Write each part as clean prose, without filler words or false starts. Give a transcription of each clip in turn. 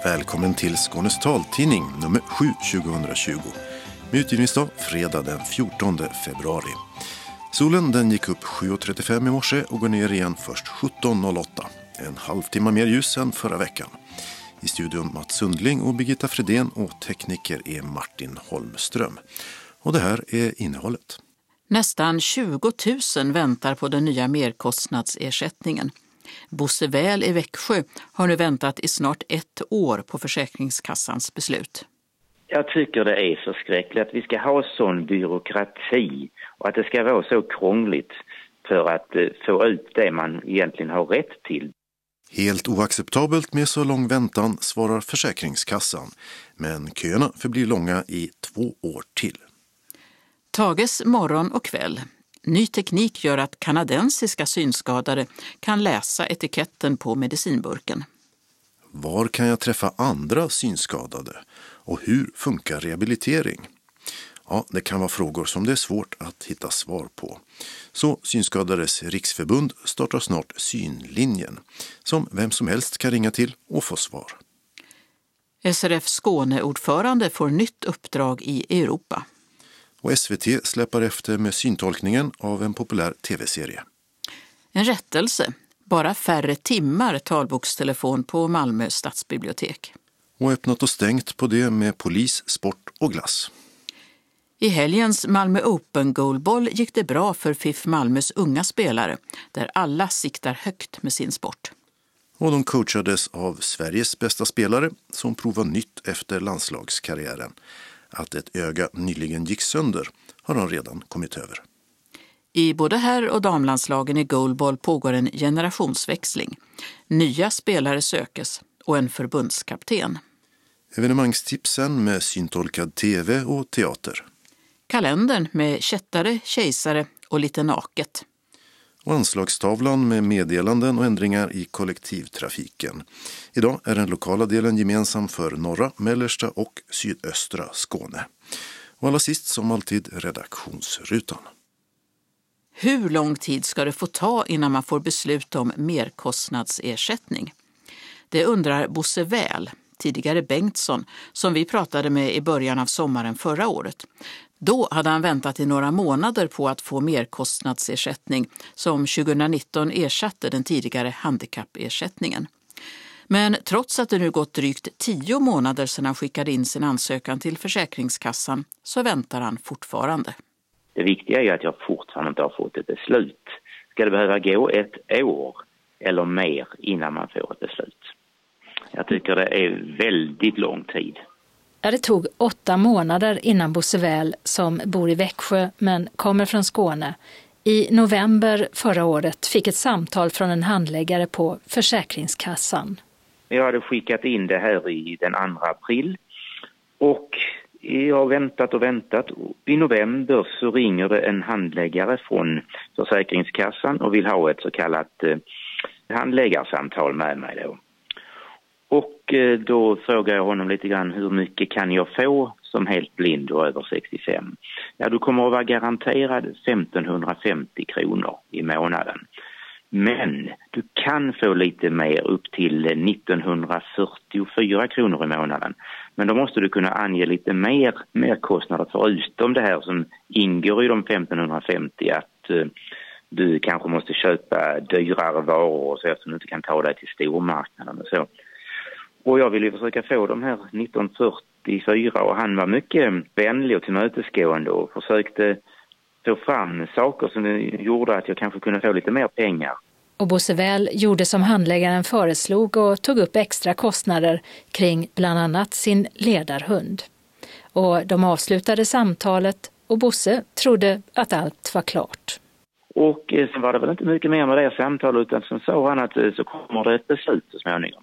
Välkommen till Skånes taltidning nummer 7 2020. Med utgivningsdag fredag den 14 februari. Solen den gick upp 7.35 i morse och går ner igen först 17.08. En halvtimme mer ljus än förra veckan. I studion Mats Sundling och Birgitta Fredén och tekniker är Martin Holmström. Och det här är innehållet. Nästan 20 000 väntar på den nya merkostnadsersättningen. Bosse Väl i Växjö har nu väntat i snart 1 år på Försäkringskassans beslut. Jag tycker det är förskräckligt att vi ska ha sån byråkrati och att det ska vara så krångligt för att få ut det man egentligen har rätt till. Helt oacceptabelt med så lång väntan, svarar Försäkringskassan. Men köerna förblir långa i 2 år till. Tages morgon och kväll. Ny teknik gör att kanadensiska synskadade kan läsa etiketten på medicinburken. Var kan jag träffa andra synskadade? Och hur funkar rehabilitering? Ja, det kan vara frågor som det är svårt att hitta svar på. Så Synskadades riksförbund startar snart Synlinjen, som vem som helst kan ringa till och få svar. SRF Skåne-ordförande får nytt uppdrag i Europa. Och SVT släpper efter med syntolkningen av en populär tv-serie. En rättelse. Bara färre timmar talbokstelefon på Malmö stadsbibliotek. Och öppnat och stängt på det med polis, sport och glass. I helgens Malmö Open Goalball gick det bra för FIF Malmös unga spelare, där alla siktar högt med sin sport. Och de coachades av Sveriges bästa spelare som provar nytt efter landslagskarriären. Att ett öga nyligen gick sönder har han redan kommit över. I både herr- och damlandslagen i goalball pågår en generationsväxling. Nya spelare sökes och en förbundskapten. Evenemangstipsen med syntolkad tv och teater. Kalendern med kättare, kejsare och lite naket. Och anslagstavlan med meddelanden och ändringar i kollektivtrafiken. Idag är den lokala delen gemensam för norra, mellersta och sydöstra Skåne. Och allra sist som alltid redaktionsrutan. Hur lång tid ska det få ta innan man får beslut om merkostnadsersättning? Det undrar Bosse Väl, tidigare Bengtsson, som vi pratade med i början av sommaren förra året. Då hade han väntat i några månader på att få merkostnadsersättning som 2019 ersatte den tidigare handikappersättningen. Men trots att det nu gått drygt 10 månader sedan han skickade in sin ansökan till Försäkringskassan så väntar han fortfarande. Det viktiga är ju att jag fortfarande inte har fått ett beslut. Ska det behöva gå 1 år eller mer innan man får ett beslut? Jag tycker det är väldigt lång tid. Ja, det tog 8 månader innan Bosse Väl, som bor i Växjö men kommer från Skåne, i november förra året fick ett samtal från en handläggare på Försäkringskassan. Jag hade skickat in det här i den 2 april och jag har väntat och väntat. I november så ringer det en handläggare från Försäkringskassan och vill ha ett så kallat handläggarsamtal med mig då. Och då frågar jag honom lite grann hur mycket kan jag få som helt blind och över 65. Ja, du kommer att vara garanterad 1550 kronor i månaden. Men du kan få lite mer upp till 1944 kronor i månaden. Men då måste du kunna ange lite mer kostnader förutom det här som ingår i de 1550 att du kanske måste köpa dyrare varor och så eftersom du inte kan ta dig till stormarknaden och så. Och jag ville försöka få de här 1944 och han var mycket vänlig och tillmötesgående och försökte få fram saker som gjorde att jag kanske kunde få lite mer pengar. Och Bosse Väl gjorde som handläggaren föreslog och tog upp extra kostnader kring bland annat sin ledarhund. Och de avslutade samtalet och Bosse trodde att allt var klart. Och sen var det väl inte mycket mer med det samtalet utan så sa han att så kommer det ett beslut så småningom.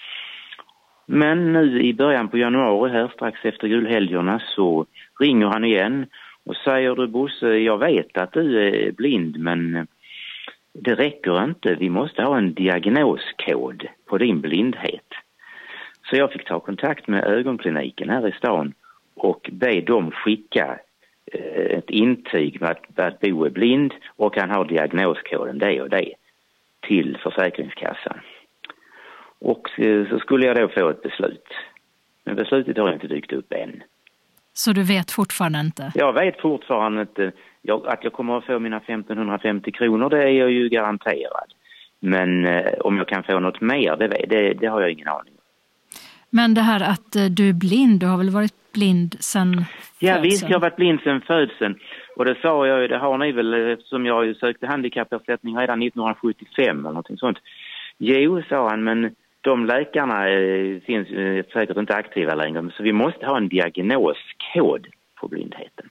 Men nu i början på januari här strax efter julhelgerna så ringer han igen och säger du Bosse, jag vet att du är blind men det räcker inte. Vi måste ha en diagnoskod på din blindhet. Så jag fick ta kontakt med ögonkliniken här i stan och be dem skicka ett intyg med att Bo är blind och han har diagnoskoden det och det till Försäkringskassan. Och så skulle jag då få ett beslut. Men beslutet har inte dykt upp än. Så du vet fortfarande inte? Jag vet fortfarande inte. Att jag kommer att få mina 1550 kronor, det är jag ju garanterad. Men om jag kan få något mer, det har jag ingen aning om. Men det här att du är blind, du har väl varit blind sedan födseln? Ja visst, jag har varit blind sedan födseln. Och det sa jag ju, det har ni väl, eftersom jag ju sökte handikappersättning redan 1975 eller någonting sånt. Jo, sa han, men de läkarna finns säkert inte aktiva längre. Så vi måste ha en diagnoskod på blindheten.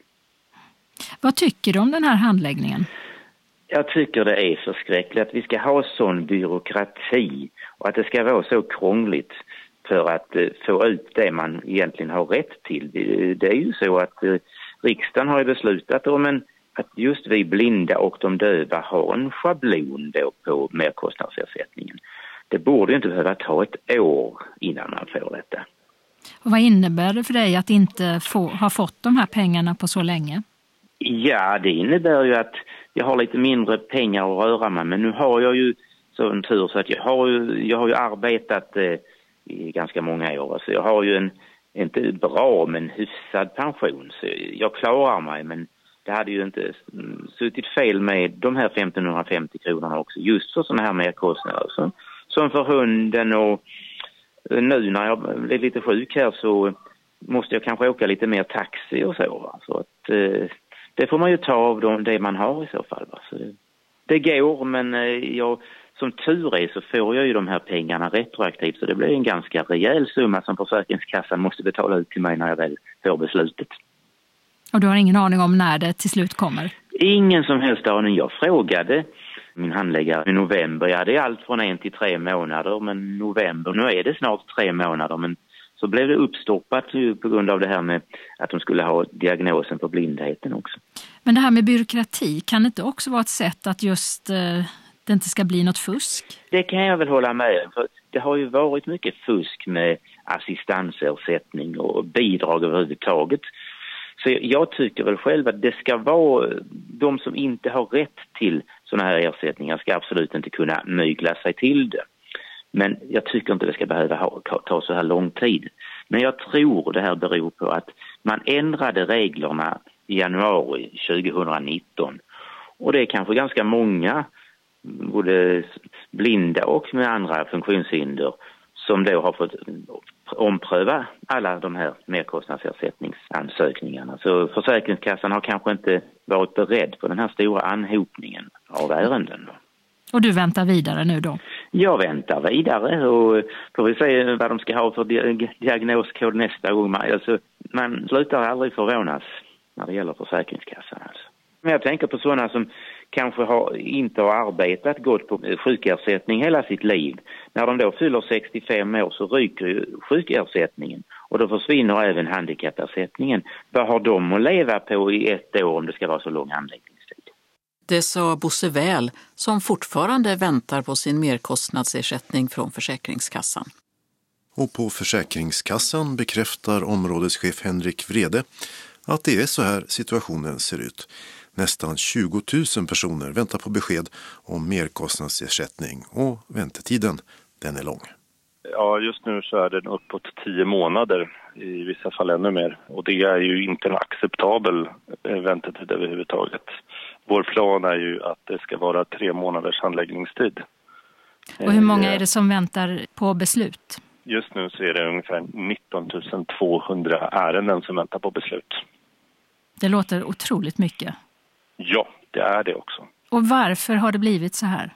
Vad tycker du om den här handläggningen? Jag tycker det är förskräckligt att vi ska ha sån byråkrati och att det ska vara så krångligt för att få ut det man egentligen har rätt till. Det är ju så att riksdagen har ju beslutat om att just vi blinda och de döva har en schablon då på merkostnadsersättningen. Det borde inte behöva ta ett år innan man får detta. Och vad innebär det för dig att inte ha fått de här pengarna på så länge? Ja, det innebär ju att jag har lite mindre pengar att röra mig. Men nu har jag ju sån tur så att jag har ju arbetat i ganska många år. Så jag har ju en inte bra men hyfsad pension. Så jag klarar mig, men det hade ju inte suttit fel med de här 1550 kronorna också. Just för sådana här merkostnader. Som för hunden, och nu när jag blir lite sjuk här så måste jag kanske åka lite mer taxi och så. Va? Så att det får man ju ta av det man har i så fall. Va? Så det går, men som tur är så får jag ju de här pengarna retroaktivt. Så det blir en ganska rejäl summa som Försäkringskassan måste betala ut till mig när jag väl får beslutet. Och du har ingen aning om när det till slut kommer? Ingen som helst aning. Jag frågade min handläggare i november. Ja, det är allt från 1 till 3 månader. Men november, nu är det snart 3 månader. Men så blev det uppstoppat på grund av det här med att de skulle ha diagnosen på blindheten också. Men det här med byråkrati, kan det inte också vara ett sätt att just det inte ska bli något fusk? Det kan jag väl hålla med. För det har ju varit mycket fusk med assistansersättning och bidrag överhuvudtaget. Så jag tycker väl själv att det ska vara de som inte har rätt till sådana här ersättningar ska absolut inte kunna mygla sig till det. Men jag tycker inte det ska behöva ta så här lång tid. Men jag tror det här beror på att man ändrade reglerna i januari 2019. Och det är kanske ganska många, både blinda och med andra funktionshinder, som då har fått ompröva alla de här merkostnadsersättningsansökningarna. Så Försäkringskassan har kanske inte varit beredd på den här stora anhopningen av ärenden. Och du väntar vidare nu då? Jag väntar vidare och får vi se vad de ska ha för diagnoskod nästa gång. Alltså, man slutar aldrig förvånas när det gäller Försäkringskassan. Alltså. Men jag tänker på sådana som kanske inte har arbetat gott på sjukersättning hela sitt liv. När de då fyller 65 år så ryker ju sjukersättningen och då försvinner även handikappersättningen. Vad har de att leva på i 1 år om det ska vara så lång handläggningstid? Det sa Bosse Väl som fortfarande väntar på sin merkostnadsersättning från Försäkringskassan. Och på Försäkringskassan bekräftar områdeschef Henrik Vrede att det är så här situationen ser ut. Nästan 20 000 personer väntar på besked om merkostnadsersättning och väntetiden, den är lång. Ja, just nu så är den uppåt 10 månader, i vissa fall ännu mer. Och det är ju inte en acceptabel väntetid överhuvudtaget. Vår plan är ju att det ska vara 3 månaders handläggningstid. Och hur många är det som väntar på beslut? Just nu så är det ungefär 19 200 ärenden som väntar på beslut. Det låter otroligt mycket. Ja, det är det också. Och varför har det blivit så här?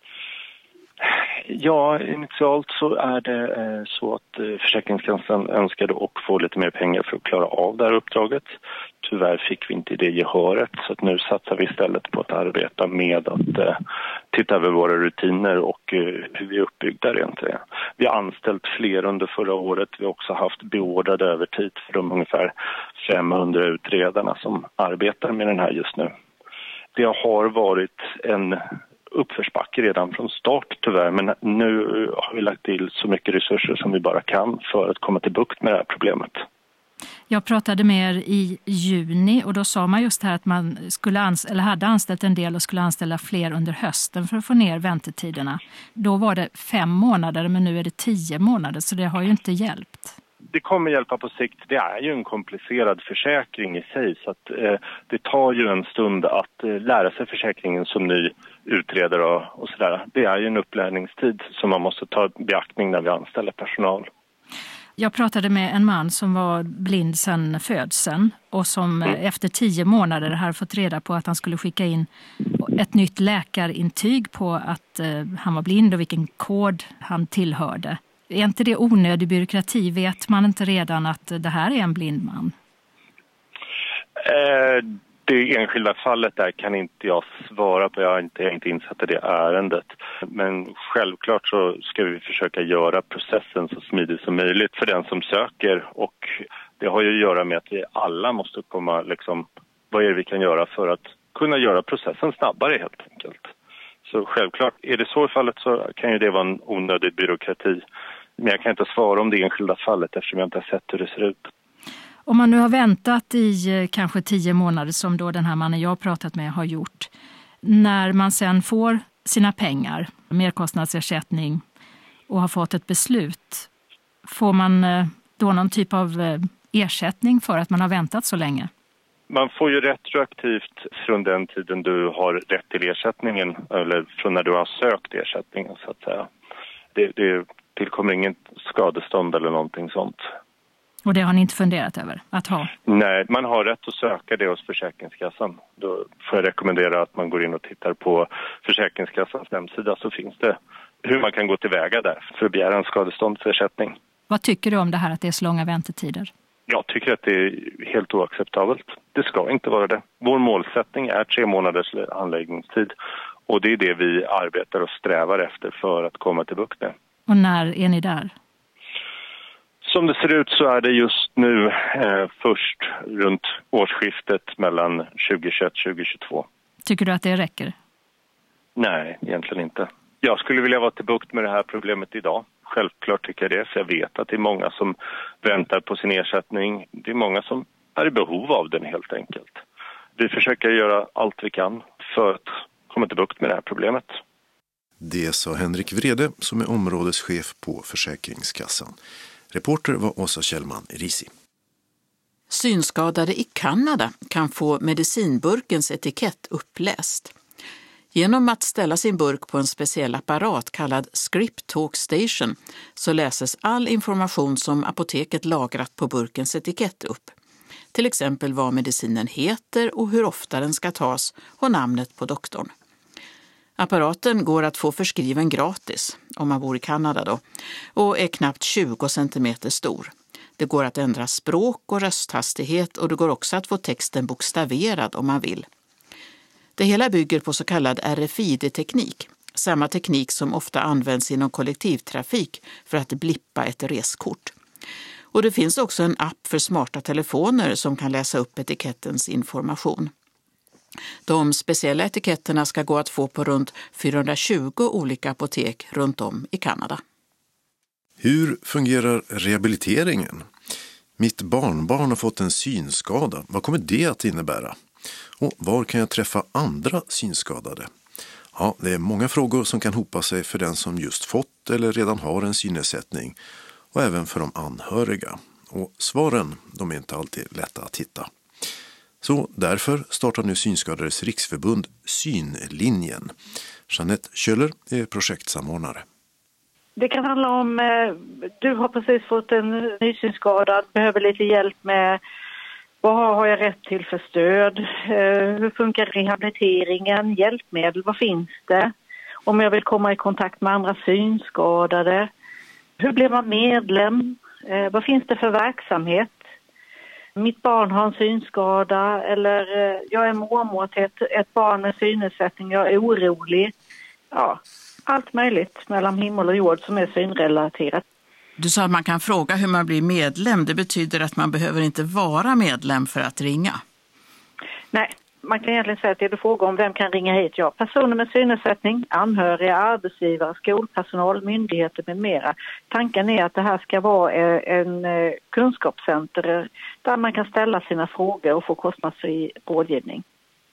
Ja, initialt så är det så att Försäkringskassan önskade och få lite mer pengar för att klara av det här uppdraget. Tyvärr fick vi inte det gehöret, så att nu satsar vi istället på att arbeta med att titta över våra rutiner och hur vi är uppbyggda egentligen. Vi har anställt fler under förra året. Vi har också haft beordrad övertid för de ungefär 500 utredarna som arbetar med den här just nu. Det har varit en uppförsbacke redan från start tyvärr, men nu har vi lagt till så mycket resurser som vi bara kan för att komma till bukt med det här problemet. Jag pratade med er i juni och då sa man just här att man hade anställt en del och skulle anställa fler under hösten för att få ner väntetiderna. Då var det 5 månader men nu är det 10 månader så det har ju inte hjälpt. Det kommer hjälpa på sikt. Det är ju en komplicerad försäkring i sig så att det tar ju en stund att lära sig försäkringen som ny utredare och sådär. Det är ju en upplärningstid som man måste ta beaktning när vi anställer personal. Jag pratade med en man som var blind sedan födseln och som efter 10 månader hade fått reda på att han skulle skicka in ett nytt läkarintyg på att han var blind och vilken kod han tillhörde. Är inte det onödig byråkrati? Vet man inte redan att det här är en blind man? Det enskilda fallet där kan inte jag svara på. Jag är inte insatt i det ärendet. Men självklart så ska vi försöka göra processen så smidig som möjligt för den som söker. Och det har ju att göra med att vi alla måste komma vad är det vi kan göra för att kunna göra processen snabbare helt enkelt. Så självklart, är det så i fallet så kan ju det vara en onödig byråkrati. Men jag kan inte svara om det enskilda fallet eftersom jag inte har sett hur det ser ut. Om man nu har väntat i kanske 10 månader som då den här mannen jag pratat med har gjort. När man sen får sina pengar, merkostnadsersättning och har fått ett beslut. Får man då någon typ av ersättning för att man har väntat så länge? Man får ju retroaktivt från den tiden du har rätt till ersättningen eller från när du har sökt ersättningen så att säga. Det tillkommer ingen skadestånd eller någonting sånt. Och det har ni inte funderat över att ha? Nej, man har rätt att söka det hos Försäkringskassan. Då får jag rekommendera att man går in och tittar på Försäkringskassans hemsida så finns det hur man kan gå tillväga där för att begära en skadeståndsersättning. Vad tycker du om det här att det är så långa väntetider? Jag tycker att det är helt oacceptabelt. Det ska inte vara det. Vår målsättning är 3 månaders handläggningstid och det är det vi arbetar och strävar efter för att komma till bukt med. Och när är ni där? Som det ser ut så är det just nu först runt årsskiftet mellan 2021-2022. Tycker du att det räcker? Nej, egentligen inte. Jag skulle vilja vara till bukt med det här problemet idag. Självklart tycker jag det, för jag vet att det är många som väntar på sin ersättning. Det är många som är i behov av den helt enkelt. Vi försöker göra allt vi kan för att komma till bukt med det här problemet. Det sa Henrik Vrede som är områdeschef på Försäkringskassan. Reporter var Åsa Kjellman i Risi. Synskadade i Kanada kan få medicinburkens etikett uppläst. Genom att ställa sin burk på en speciell apparat kallad Script Talk Station så läses all information som apoteket lagrat på burkens etikett upp. Till exempel vad medicinen heter och hur ofta den ska tas och namnet på doktorn. Apparaten går att få förskriven gratis, om man bor i Kanada då, och är knappt 20 cm stor. Det går att ändra språk och rösthastighet och det går också att få texten bokstaverad om man vill. Det hela bygger på så kallad RFID-teknik, samma teknik som ofta används inom kollektivtrafik för att blippa ett reskort. Och det finns också en app för smarta telefoner som kan läsa upp etikettens information. De speciella etiketterna ska gå att få på runt 420 olika apotek runt om i Kanada. Hur fungerar rehabiliteringen? Mitt barnbarn har fått en synskada. Vad kommer det att innebära? Och var kan jag träffa andra synskadade? Ja, det är många frågor som kan hopa sig för den som just fått eller redan har en synnedsättning och även för de anhöriga. Och svaren, de är inte alltid lätta att hitta. Så därför startar nu Synskadades riksförbund Synlinjen. Jeanette Köller är projektsamordnare. Det kan handla om, du har precis fått en ny synskada, behöver lite hjälp med vad har jag rätt till för stöd, hur funkar rehabiliteringen, hjälpmedel, vad finns det? Om jag vill komma i kontakt med andra synskadade, hur blir man medlem, vad finns det för verksamhet? Mitt barn har en synskada eller jag är mormor till ett barn med synnedsättning, jag är orolig. Ja, allt möjligt mellan himmel och jord som är synrelaterat. Du sa att man kan fråga hur man blir medlem. Det betyder att man behöver inte vara medlem för att ringa. Nej, Man kan egentligen säga att det du frågar om vem kan ringa hit? Ja, personer med synnedsättning, anhöriga, arbetsgivare, skolpersonal, myndigheter med mera. Tanken är att det här ska vara en kunskapscenter där man kan ställa sina frågor och få kostnadsfri rådgivning.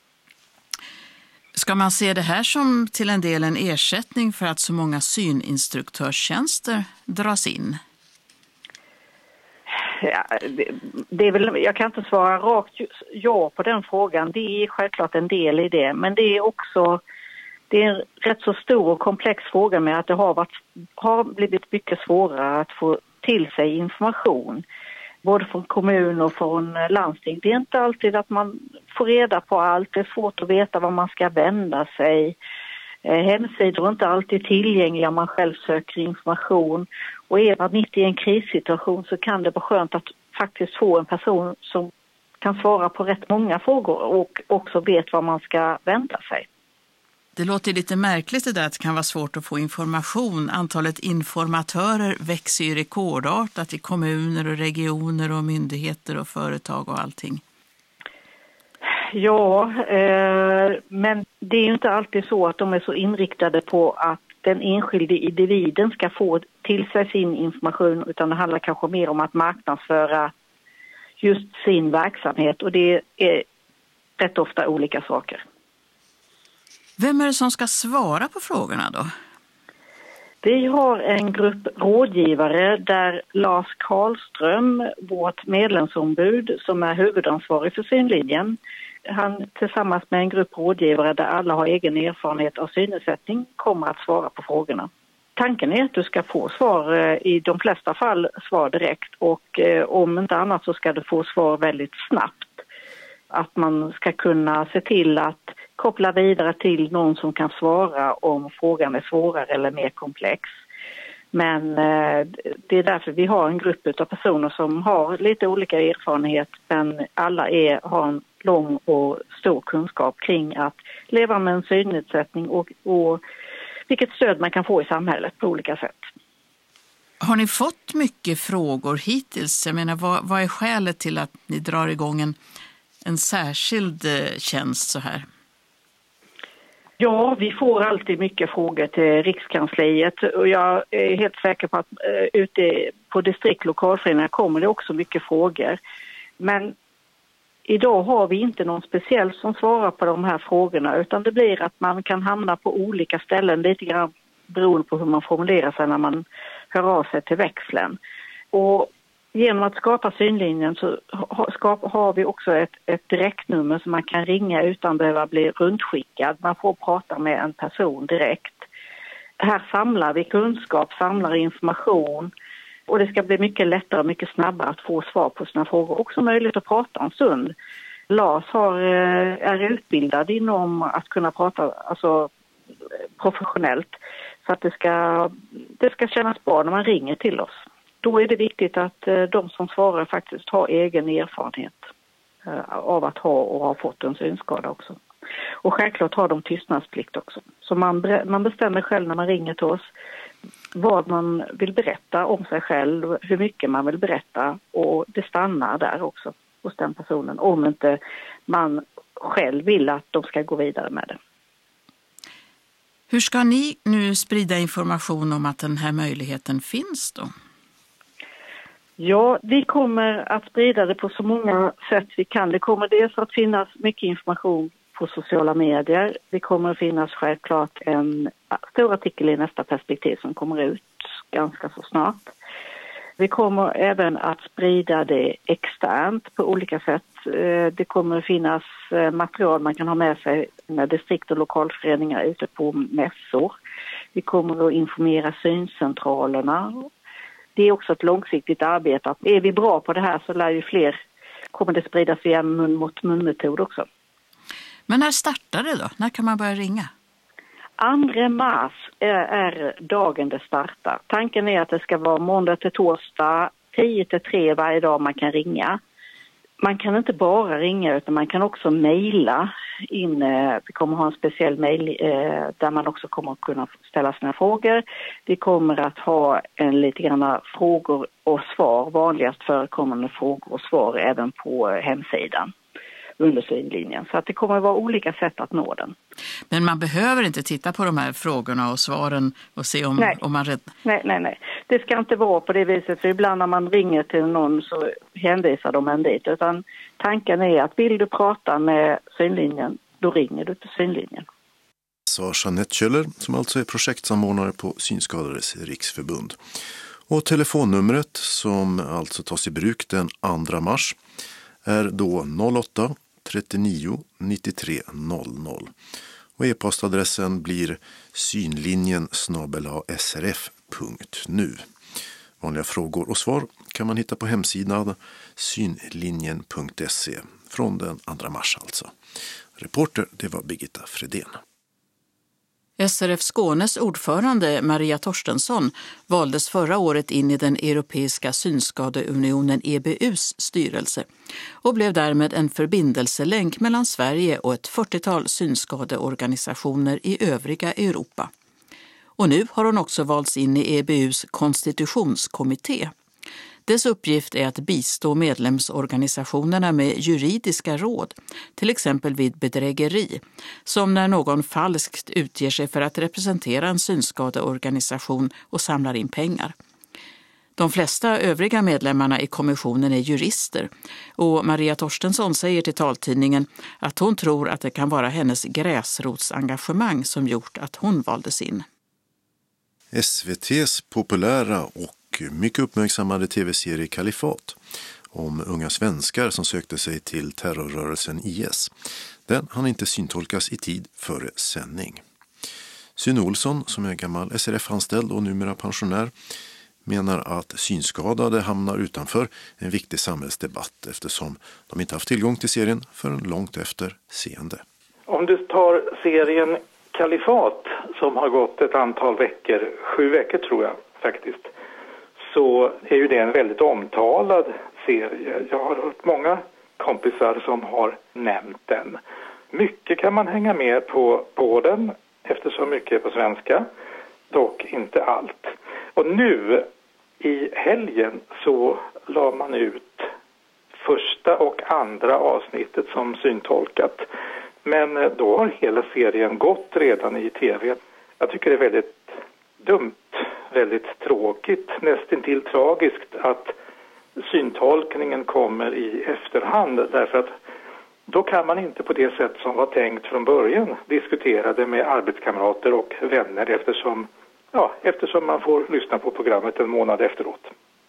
Ska man se det här som till en del en ersättning för att så många syninstruktörstjänster dras in? Ja, det är väl, jag kan inte svara rakt ja på den frågan. Det är självklart en del i det. Men det är en rätt så stor och komplex fråga med att det har blivit mycket svårare att få till sig information. Både från kommun och från landsting. Det är inte alltid att man får reda på allt. Det är svårt att veta var man ska vända sig. Hemsidor är inte alltid tillgängliga om man själv söker information. Och är man mitt i en krissituation så kan det vara skönt att faktiskt få en person som kan svara på rätt många frågor och också vet vad man ska vända sig. Det låter lite märkligt det där att det kan vara svårt att få information. Antalet informatörer växer ju rekordartat i kommuner och regioner och myndigheter och företag och allting. Ja, men det är ju inte alltid så att de är så inriktade på att den enskilde individen ska få till sig sin information, utan det handlar kanske mer om att marknadsföra just sin verksamhet, och det är rätt ofta olika saker. Vem är det som ska svara på frågorna då? Vi har en grupp rådgivare där Lars Karlström, vårt medlemsombud som är huvudansvarig för synlinjen, han tillsammans med en grupp rådgivare där alla har egen erfarenhet av synnedsättning kommer att svara på frågorna. Tanken är att du ska få svar, i de flesta fall svar direkt, och om inte annat så ska du få svar väldigt snabbt. Att man ska kunna se till att koppla vidare till någon som kan svara om frågan är svårare eller mer komplex. Men det är därför vi har en grupp av personer som har lite olika erfarenhet, men alla har en lång och stor kunskap kring att leva med en synnedsättning och vilket stöd man kan få i samhället på olika sätt. Har ni fått mycket frågor hittills? Jag menar, vad är skälet till att ni drar igång en särskild tjänst så här? Ja, vi får alltid mycket frågor till Rikskansliet, och jag är helt säker på att ute på distriktlokalföreningar kommer det också mycket frågor. Men idag har vi inte någon speciell som svarar på de här frågorna, utan det blir att man kan hamna på olika ställen lite grann beroende på hur man formulerar sig när man hör av sig till växeln. Och genom att skapa synlinjen så har vi också ett direktnummer som man kan ringa utan att behöva bli rundskickad. Man får prata med en person direkt. Här samlar vi kunskap, samlar information, och det ska bli mycket lättare och mycket snabbare att få svar på sina frågor. Också möjligt att prata en stund. Lars är utbildad inom att kunna prata professionellt, så att det ska kännas bra när man ringer till oss. Då är det viktigt att de som svarar faktiskt har egen erfarenhet av att ha fått en synskada också. Och självklart har de tystnadsplikt också. Så man bestämmer själv när man ringer till oss vad man vill berätta om sig själv, hur mycket man vill berätta, och det stannar där också hos den personen om inte man själv vill att de ska gå vidare med det. Hur ska ni nu sprida information om att den här möjligheten finns då? Ja, vi kommer att sprida det på så många sätt vi kan. Det kommer dels att finnas mycket information på sociala medier. Det kommer att finnas självklart en stor artikel i Nästa perspektiv som kommer ut ganska så snart. Vi kommer även att sprida det externt på olika sätt. Det kommer att finnas material man kan ha med sig med distrikt- och lokalföreningar ute på mässor. Vi kommer att informera syncentralerna. Det är också ett långsiktigt arbete. Är vi bra på det här så lär ju fler, kommer det spridas via mun mot mun-metod också. Men när startar det då? När kan man börja ringa? 2 mars är dagen det startar. Tanken är att det ska vara måndag till torsdag, 10-3 varje dag man kan ringa. Man kan inte bara ringa utan man kan också mejla in. Vi kommer ha en speciell mejl där man också kommer att kunna ställa sina frågor. Vi kommer att ha en lite grann frågor och svar, vanligast förekommande frågor och svar även på hemsidan. under synlinjen. Så att det kommer att vara olika sätt att nå den. Men man behöver inte titta på de här frågorna och svaren och se om man rätt... Nej. Det ska inte vara på det viset. För ibland när man ringer till någon så hänvisar de en dit. Utan tanken är att vill du prata med synlinjen, då ringer du till synlinjen. Sa Jeanette Kjöller, som alltså är projektsamordnare på Synskadades riksförbund. Och telefonnumret, som alltså tas i bruk den 2 mars, är då 08 39 93 00. Och e-postadressen blir synlinjen@srf.nu. Vanliga frågor och svar kan man hitta på hemsidan synlinjen.se från den 2 mars alltså. Reporter, det var Birgitta Fredén. SRF Skånes ordförande Maria Torstensson valdes förra året in i den Europeiska synskadeunionen EBUs styrelse och blev därmed en förbindelselänk mellan Sverige och ett 40-tal synskadeorganisationer i övriga Europa. Och nu har hon också valts in i EBUs konstitutionskommitté. Dess uppgift är att bistå medlemsorganisationerna med juridiska råd, till exempel vid bedrägeri, som när någon falskt utger sig för att representera en synskadeorganisation och samlar in pengar. De flesta övriga medlemmarna i kommissionen är jurister och Maria Torstensson säger till taltidningen att hon tror att det kan vara hennes gräsrotsengagemang som gjort att hon valdes in. SVT:s populära och mycket uppmärksammade tv-serie Kalifat om unga svenskar som sökte sig till terrorrörelsen IS. Den hann inte syntolkas i tid före sändning. Sune Olsson, som är gammal SRF-anställd och numera pensionär, menar att synskadade hamnar utanför en viktig samhällsdebatt eftersom de inte haft tillgång till serien förrän långt efter seende. Om du tar serien Kalifat som har gått ett antal veckor, 7 veckor tror jag faktiskt, så är ju det en väldigt omtalad serie. Jag har hört många kompisar som har nämnt den. Mycket kan man hänga med på den eftersom mycket är på svenska, dock inte allt. Och nu i helgen så la man ut första och andra avsnittet som syntolkat. Men då har hela serien gått redan i tv. Jag tycker det är väldigt dumt, väldigt tråkigt, nästintill tragiskt att syntolkningen kommer i efterhand. Därför att då kan man inte på det sätt som var tänkt från början diskutera det med arbetskamrater och vänner eftersom man får lyssna på programmet en månad efteråt.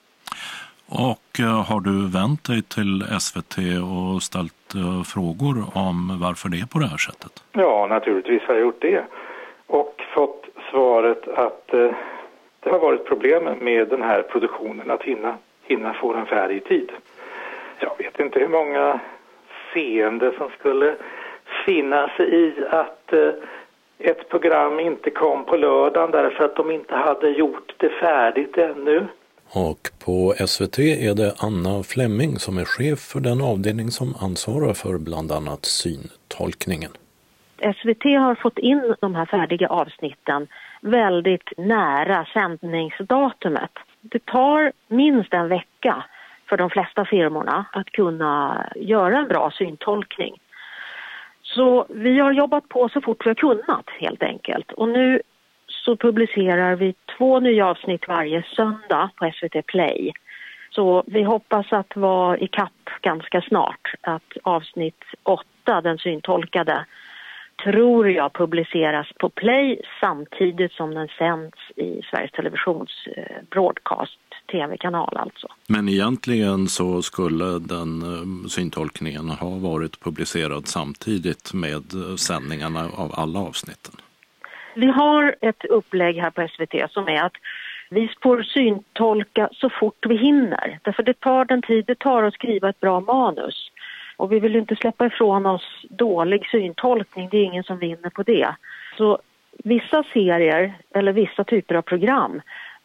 Och har du vänt dig till SVT och ställt frågor om varför det är på det här sättet? Ja, naturligtvis har jag gjort det. Och fått svaret att det har varit problem med den här produktionen att hinna få den färdig i tid. Jag vet inte hur många seende som skulle finna sig i att ett program inte kom på lördagen därför att de inte hade gjort det färdigt ännu. Och på SVT är det Anna Fleming som är chef för den avdelning som ansvarar för bland annat syntolkningen. SVT har fått in de här färdiga avsnitten väldigt nära sändningsdatumet. Det tar minst en vecka för de flesta firmorna att kunna göra en bra syntolkning. Så vi har jobbat på så fort vi har kunnat helt enkelt. Och nu så publicerar vi 2 nya avsnitt varje söndag på SVT Play. Så vi hoppas att vara i kapp ganska snart. Att avsnitt 8, den syntolkade, tror jag publiceras på Play samtidigt som den sänds i Sveriges Televisions broadcast tv-kanal alltså. Men egentligen så skulle den syntolkningen ha varit publicerad samtidigt med sändningarna av alla avsnitten. Vi har ett upplägg här på SVT som är att vi får syntolka så fort vi hinner. Därför det tar den tid det tar att skriva ett bra manus. Och vi vill inte släppa ifrån oss dålig syntolkning, det är ingen som vinner på det. Så vissa serier eller vissa typer av program,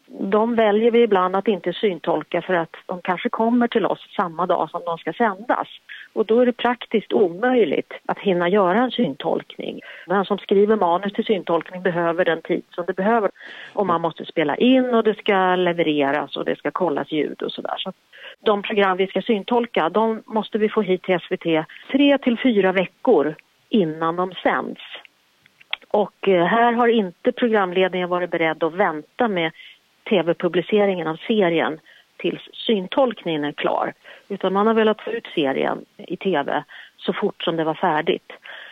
De väljer vi ibland att inte syntolka för att de kanske kommer till oss samma dag som de ska sändas. Och då är det praktiskt omöjligt att hinna göra en syntolkning. Den som skriver manus till syntolkning behöver den tid som det behöver. Och man måste spela in och det ska levereras och det ska kollas ljud och sådär. Så de program vi ska syntolka, de måste vi få hit till SVT 3 till 4 veckor innan de sänds. Och här har inte programledningen varit beredd att vänta med tv-publiceringen av serien tills syntolkningen är klar. Utan man har velat få ut serien i tv så fort som det var färdigt.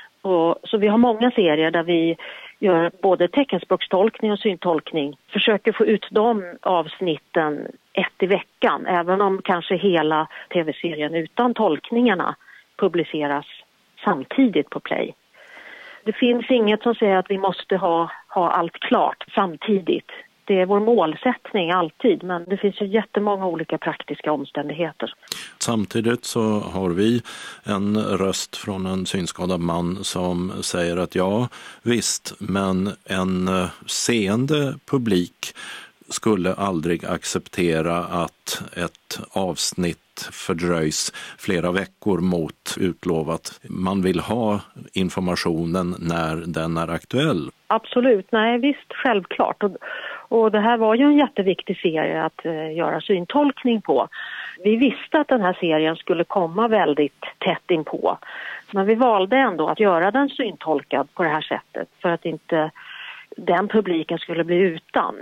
Så vi har många serier där vi gör både teckenspråkstolkning och syntolkning. Försöker få ut de avsnitten 1 i veckan. Även om kanske hela tv-serien utan tolkningarna publiceras samtidigt på Play. Det finns inget som säger att vi måste ha allt klart samtidigt. Det är vår målsättning alltid, men det finns ju jättemånga olika praktiska omständigheter. Samtidigt så har vi en röst från en synskadad man som säger att ja, visst, men en seende publik skulle aldrig acceptera att ett avsnitt fördröjs flera veckor mot utlovat. Man vill ha informationen när den är aktuell. Absolut, nej visst, självklart. Och det här var ju en jätteviktig serie att göra syntolkning på. Vi visste att den här serien skulle komma väldigt tätt inpå. Men vi valde ändå att göra den syntolkad på det här sättet för att inte den publiken skulle bli utan.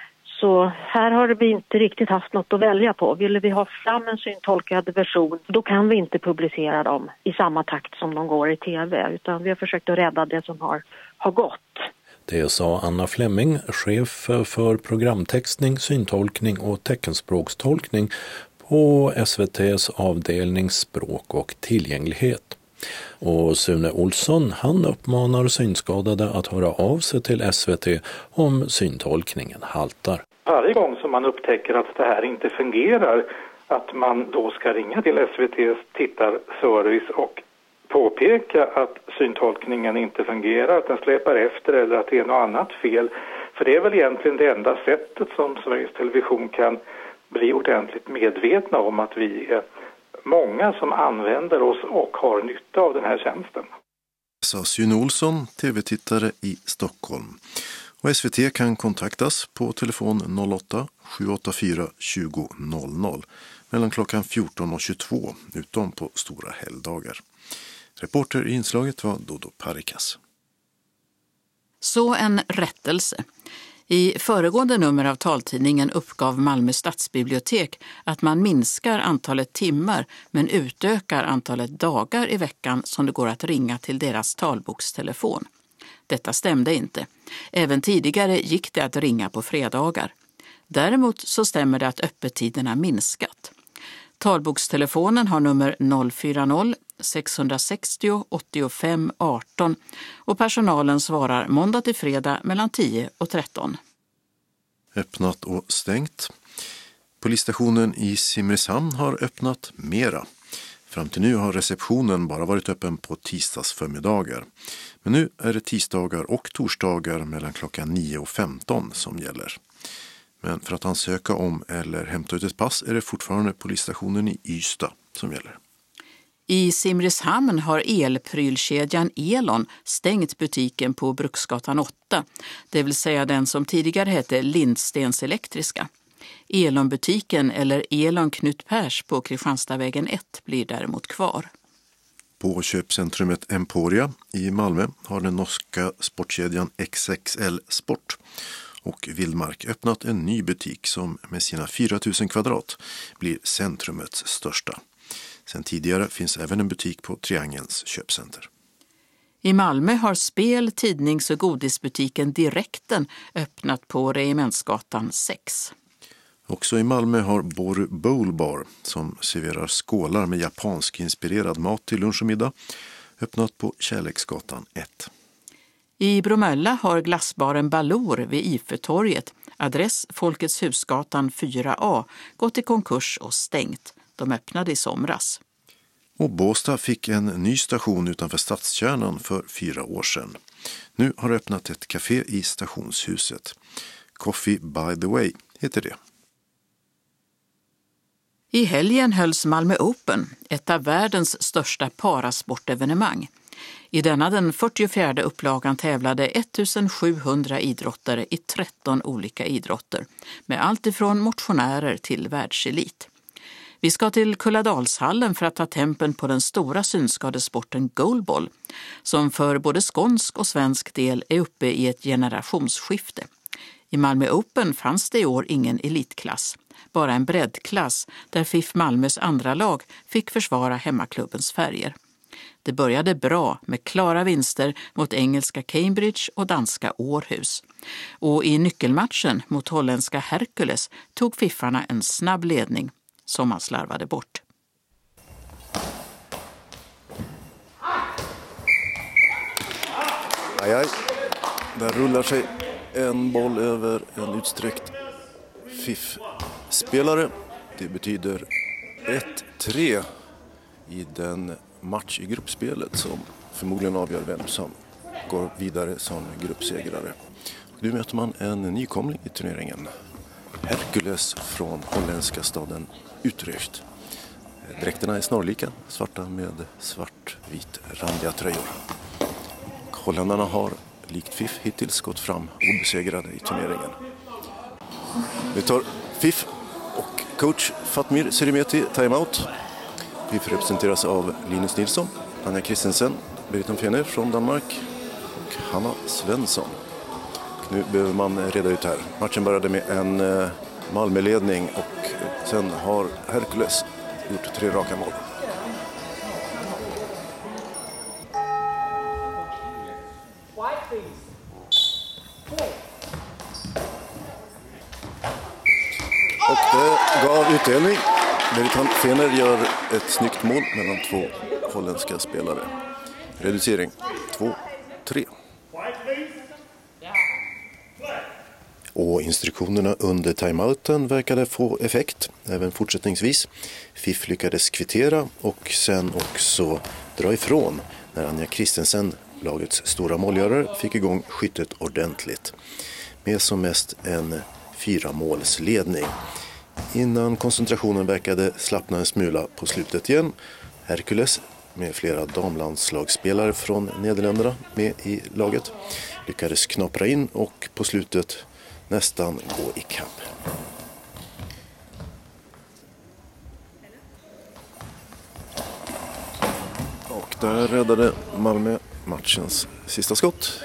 Så här har vi inte riktigt haft något att välja på. Ville vi ha fram en syntolkad version, då kan vi inte publicera dem i samma takt som de går i tv. Utan vi har försökt att rädda det som har gått. Det sa Anna Flemming, chef för programtextning, syntolkning och teckenspråkstolkning på SVT:s avdelning språk och tillgänglighet. Och Sune Olsson, han uppmanar synskadade att höra av sig till SVT om syntolkningen haltar. Varje gång som man upptäcker att det här inte fungerar, att man då ska ringa till SVT:s tittarservice och påpeka att syntolkningen inte fungerar, att den släpar efter eller att det är något annat fel. För det är väl egentligen det enda sättet som Sveriges Television kan bli ordentligt medvetna om att vi är många som använder oss och har nytta av den här tjänsten. Sa Sune Olsson, tv-tittare i Stockholm. Och SVT kan kontaktas på telefon 08-784 20 00 mellan klockan 14 och 22 utom på stora helgdagar. Reporter i inslaget var Dodo Parikas. Så en rättelse. I föregående nummer av taltidningen uppgav Malmö stadsbibliotek att man minskar antalet timmar men utökar antalet dagar i veckan som det går att ringa till deras talbokstelefon. Detta stämde inte. Även tidigare gick det att ringa på fredagar. Däremot så stämmer det att öppettiderna minskat. Talbokstelefonen har nummer 040 660 85 18 och personalen svarar måndag till fredag mellan 10 och 13. Öppnat och stängt. Polisstationen i Simrishamn har öppnat mera. Fram till nu har receptionen bara varit öppen på tisdagsförmiddagar. Men nu är det tisdagar och torsdagar mellan klockan 9 och 15 som gäller. Men för att ansöka om eller hämta ut ett pass är det fortfarande polisstationen i Ystad som gäller. I Simrishamn har elprylkedjan Elon stängt butiken på Bruksgatan 8, det vill säga den som tidigare hette Lindstens Elektriska. Elonbutiken eller Elon Knut Pers på Kristianstadvägen 1 blir däremot kvar. På köpcentrumet Emporia i Malmö har den norska sportkedjan XXL Sport och Vildmark öppnat en ny butik som med sina 4 000 kvadrat blir centrumets största. Sen tidigare finns även en butik på Triangelns köpcenter. I Malmö har spel-, tidnings- och godisbutiken Direkten öppnat på Regementsgatan 6. Också i Malmö har Boru Bowl Bar, som serverar skålar med japansk inspirerad mat till lunch och middag, öppnat på Kärleksgatan 1. I Bromölla har glassbaren Balor vid Ifetorget, adress Folkets husgatan 4A, gått i konkurs och stängt. De öppnade i somras. Och Båstad fick en ny station utanför stadskärnan för 4 år sedan. Nu har öppnat ett café i stationshuset. Coffee by the way heter det. I helgen hölls Malmö Open, ett av världens största parasportevenemang. I denna den 44:e upplagan tävlade 1700 idrottare i 13 olika idrotter, med allt ifrån motionärer till världselit. Vi ska till Kulladalshallen för att ta tempen på den stora synskadesporten goalball, som för både skånsk och svensk del är uppe i ett generationsskifte. I Malmö Open fanns det i år ingen elitklass, bara en breddklass där FIF Malmös andra lag fick försvara hemmaklubbens färger. Det började bra med klara vinster mot engelska Cambridge och danska Århus. Och i nyckelmatchen mot holländska Hercules tog fiffarna en snabb ledning som man slarvade bort. Aj. Där rullar sig en boll över en utsträckt FIF-spelare. Det betyder 1-3 i den match i gruppspelet som förmodligen avgör vem som går vidare som gruppsegrare. Nu möter man en nykomling i turneringen. Hercules från holländska staden Utrecht. Dräkterna är snarlika, svarta med svart-vit randiga tröjor. Holländarna har likt FIF hittills gått fram obesegrade i turneringen. Vi tar FIF och coach Fatmir Serimeti timeout. FIF representeras av Linus Nilsson, Anja Christensen, Britta Fener från Danmark och Hanna Svensson. Nu behöver man reda ut här. Matchen började med en Malmöledning och sen har Hercules gjort 3 raka mål. Och det gav utdelning. Britta Fener gör ett snyggt mål mellan 2 holländska spelare. Reducering 2-3. Och instruktionerna under timeouten verkade få effekt även fortsättningsvis. FIF lyckades kvittera och sen också dra ifrån när Anja Christensen, lagets stora målgörare, fick igång skyttet ordentligt. Med som mest en 4-målsledning. Innan koncentrationen verkade slappna en smula på slutet igen. Hercules, med flera damlandslagsspelare från Nederländerna med i laget, lyckades knapra in och på slutet nästan gå i kapp. Och där räddade Malmö matchens sista skott.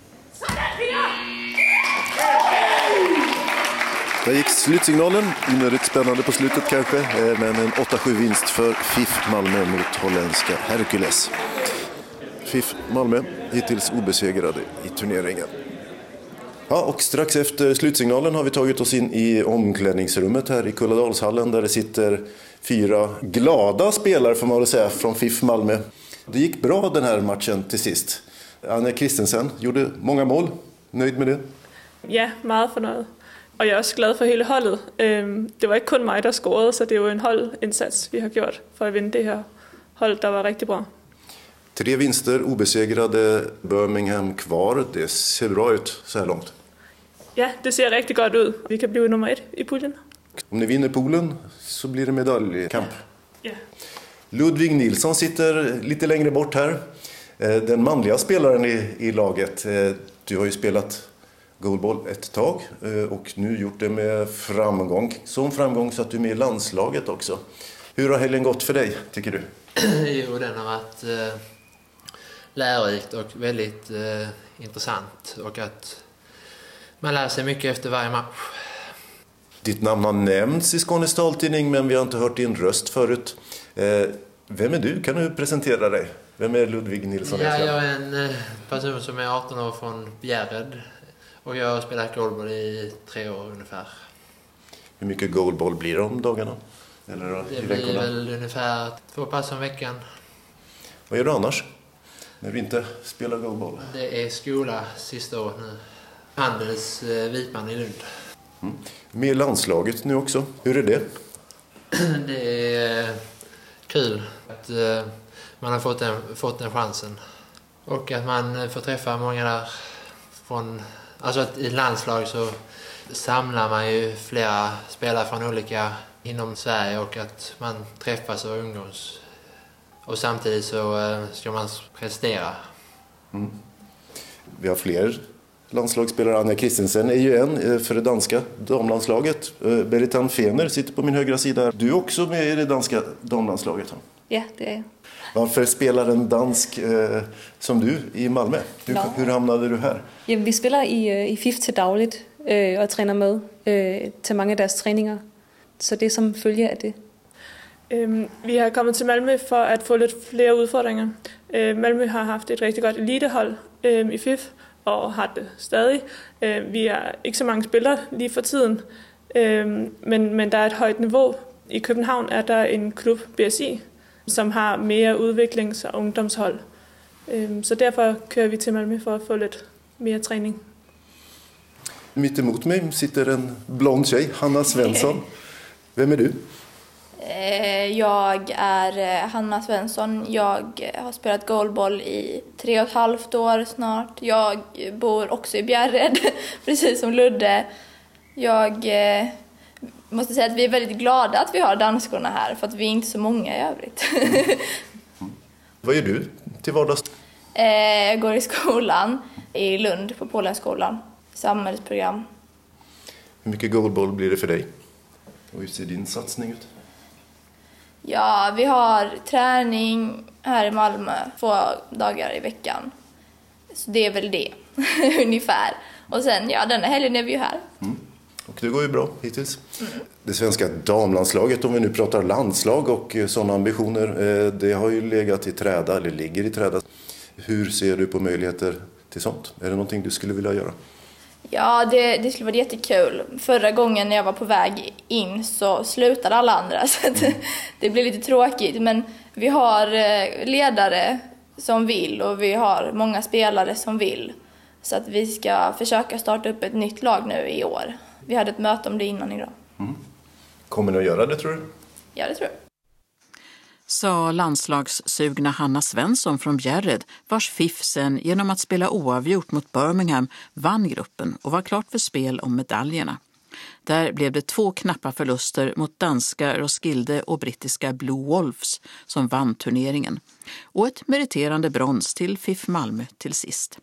Där gick slutsignalen, onödigt spännande på slutet kanske, men en 8-7 vinst för FIF Malmö mot holländska Hercules. FIF Malmö hittills obesegrade i turneringen. Ja, och strax efter slutsignalen har vi tagit oss in i omklädningsrummet här i Kulladalshallen där det sitter 4 glada spelare får man väl säga från FIF Malmö. Det gick bra den här matchen till sist. Anja Christensen gjorde många mål. Nöjd med det? Ja, meget fornøjet. Og jeg er også glad for hele holdet. Det var ikke kun mig, der scorede, så det er jo en holdindsats, vi har gjort for at vinde det her hold, der var rigtig bra. 3 vinster, obesegrade Birmingham kvar. Det ser bra ut så här långt. Ja, det ser rigtig godt ud. Vi kan blive nummer 1 i puljen. Om ni vinner poolen så blir det medaljkamp. Ja. Ludvig Nilsson sitter lite längre bort här. Den manliga spelaren i laget. Du har ju spelat goalball ett tag och nu gjort det med framgång. Som framgång så att du är med i landslaget också. Hur har helgen gått för dig, tycker du? Jo, den har varit lärorikt och väldigt intressant. Och att man lär sig mycket efter varje match. Ditt namn har nämnts i Skånes taltidning men vi har inte hört din röst förut. Vem är du? Kan du presentera dig? Vem är Ludvig Nilsson? Ja, jag är en person som är 18 år från Bjärred. Och jag har spelat goalball i 3 år ungefär. Hur mycket goalball blir det om dagarna? Eller det blir väl ungefär 2 pass om veckan. Vad gör du annars? När du inte spelar goalball? Det är skola sista året nu. Handels Vitman i Lund. Med landslaget nu också. Hur är det? Det är kul att man har fått den chansen. Och att man får träffa många där från... Alltså att i landslag så samlar man ju flera spelare från olika inom Sverige och att man träffas och umgås. Och samtidigt så ska man prestera. Mm. Vi har fler landslagsspelare. Anja Christensen är ju en för det danska damlandslaget. Berritan Fener sitter på min högra sida. Du är också med i det danska damlandslaget. Ja, det är jag. Varför spelar en dansk som du i Malmö? Hur hamnade du här? Jamen, vi spelar i FIF till dagligt och tränar med till många av deras träningar. Så det är som följer av det. Vi har kommit till Malmö för att få lite fler utmaningar. Malmö har haft ett riktigt gott elithold i FIF och har det stadig. Vi är inte så många spelare lige för tiden, men der er et højt niveau. I København er der en klub, BSI, som har mere udviklings- og ungdomshold. Så derfor kører vi til Malmö för att få lite mer träning. Mitt emot mig sitter en blond tjej, Hanna Svensson. Vem är du? Jag är Hanna Svensson. Jag har spelat goalball i 3,5 år snart. Jag bor också i Bjärred, precis som Ludde. Jag måste säga att vi är väldigt glada att vi har danskorna här, för att vi är inte så många i övrigt. Vad gör du till vardags? Jag går i skolan i Lund på Polenskolan, samhällsprogram. Hur mycket goalball blir det för dig? Och hur ser din satsning ut? Ja, vi har träning här i Malmö 2 dagar i veckan. Så det är väl det, ungefär. Och sen, ja, denna helgen är vi ju här. Mm. Och det går ju bra hittills. Det svenska damlandslaget, om vi nu pratar landslag och sådana ambitioner, det har ju legat i träda, eller ligger i träda. Hur ser du på möjligheter till sånt? Är det någonting du skulle vilja göra? Ja, det skulle vara jättekul. Förra gången när jag var på väg in så slutade alla andra. Så det blev lite tråkigt. Men vi har ledare som vill och vi har många spelare som vill. Så att vi ska försöka starta upp ett nytt lag nu i år. Vi hade ett möte om det innan idag. Mm. Kommer ni att göra det, tror du? Ja, det tror jag. Sa landslagssugna Hanna Svensson från Bjärred, vars FIF sen genom att spela oavgjort mot Birmingham vann gruppen och var klart för spel om medaljerna. Där blev det 2 knappa förluster mot danska Roskilde och brittiska Blue Wolves som vann turneringen. Och ett meriterande brons till FIF Malmö till sist.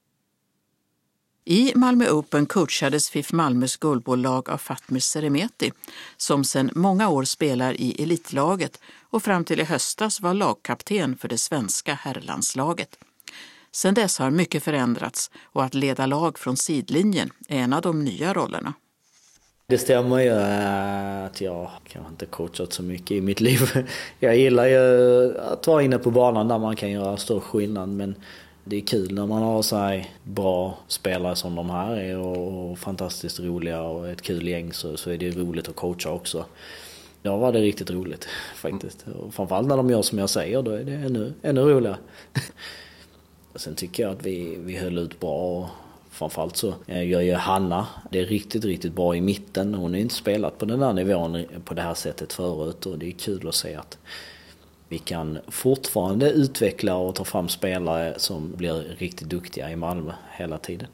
I Malmö Open coachades FIF Malmös goalballlag av Fatmir Seremeti, som sedan många år spelar i elitlaget och fram till i höstas var lagkapten för det svenska herrlandslaget. Sedan dess har mycket förändrats och att leda lag från sidlinjen är en av de nya rollerna. Det stämmer ju att jag kanske inte coachat så mycket i mitt liv. Jag gillar ju att vara inne på banan där man kan göra stor skillnad, men det är kul när man har så här bra spelare som de här är och fantastiskt roliga och ett kul gäng, så är det roligt att coacha också. Ja, var det riktigt roligt faktiskt. Och framförallt när de gör som jag säger, då är det ännu roligare. Sen tycker jag att vi höll ut bra, och framförallt så gör ju Hanna det är riktigt, riktigt bra i mitten. Hon har inte spelat på den här nivån på det här sättet förut, och det är kul att se att vi kan fortfarande utveckla och ta fram spelare som blir riktigt duktiga i Malmö hela tiden.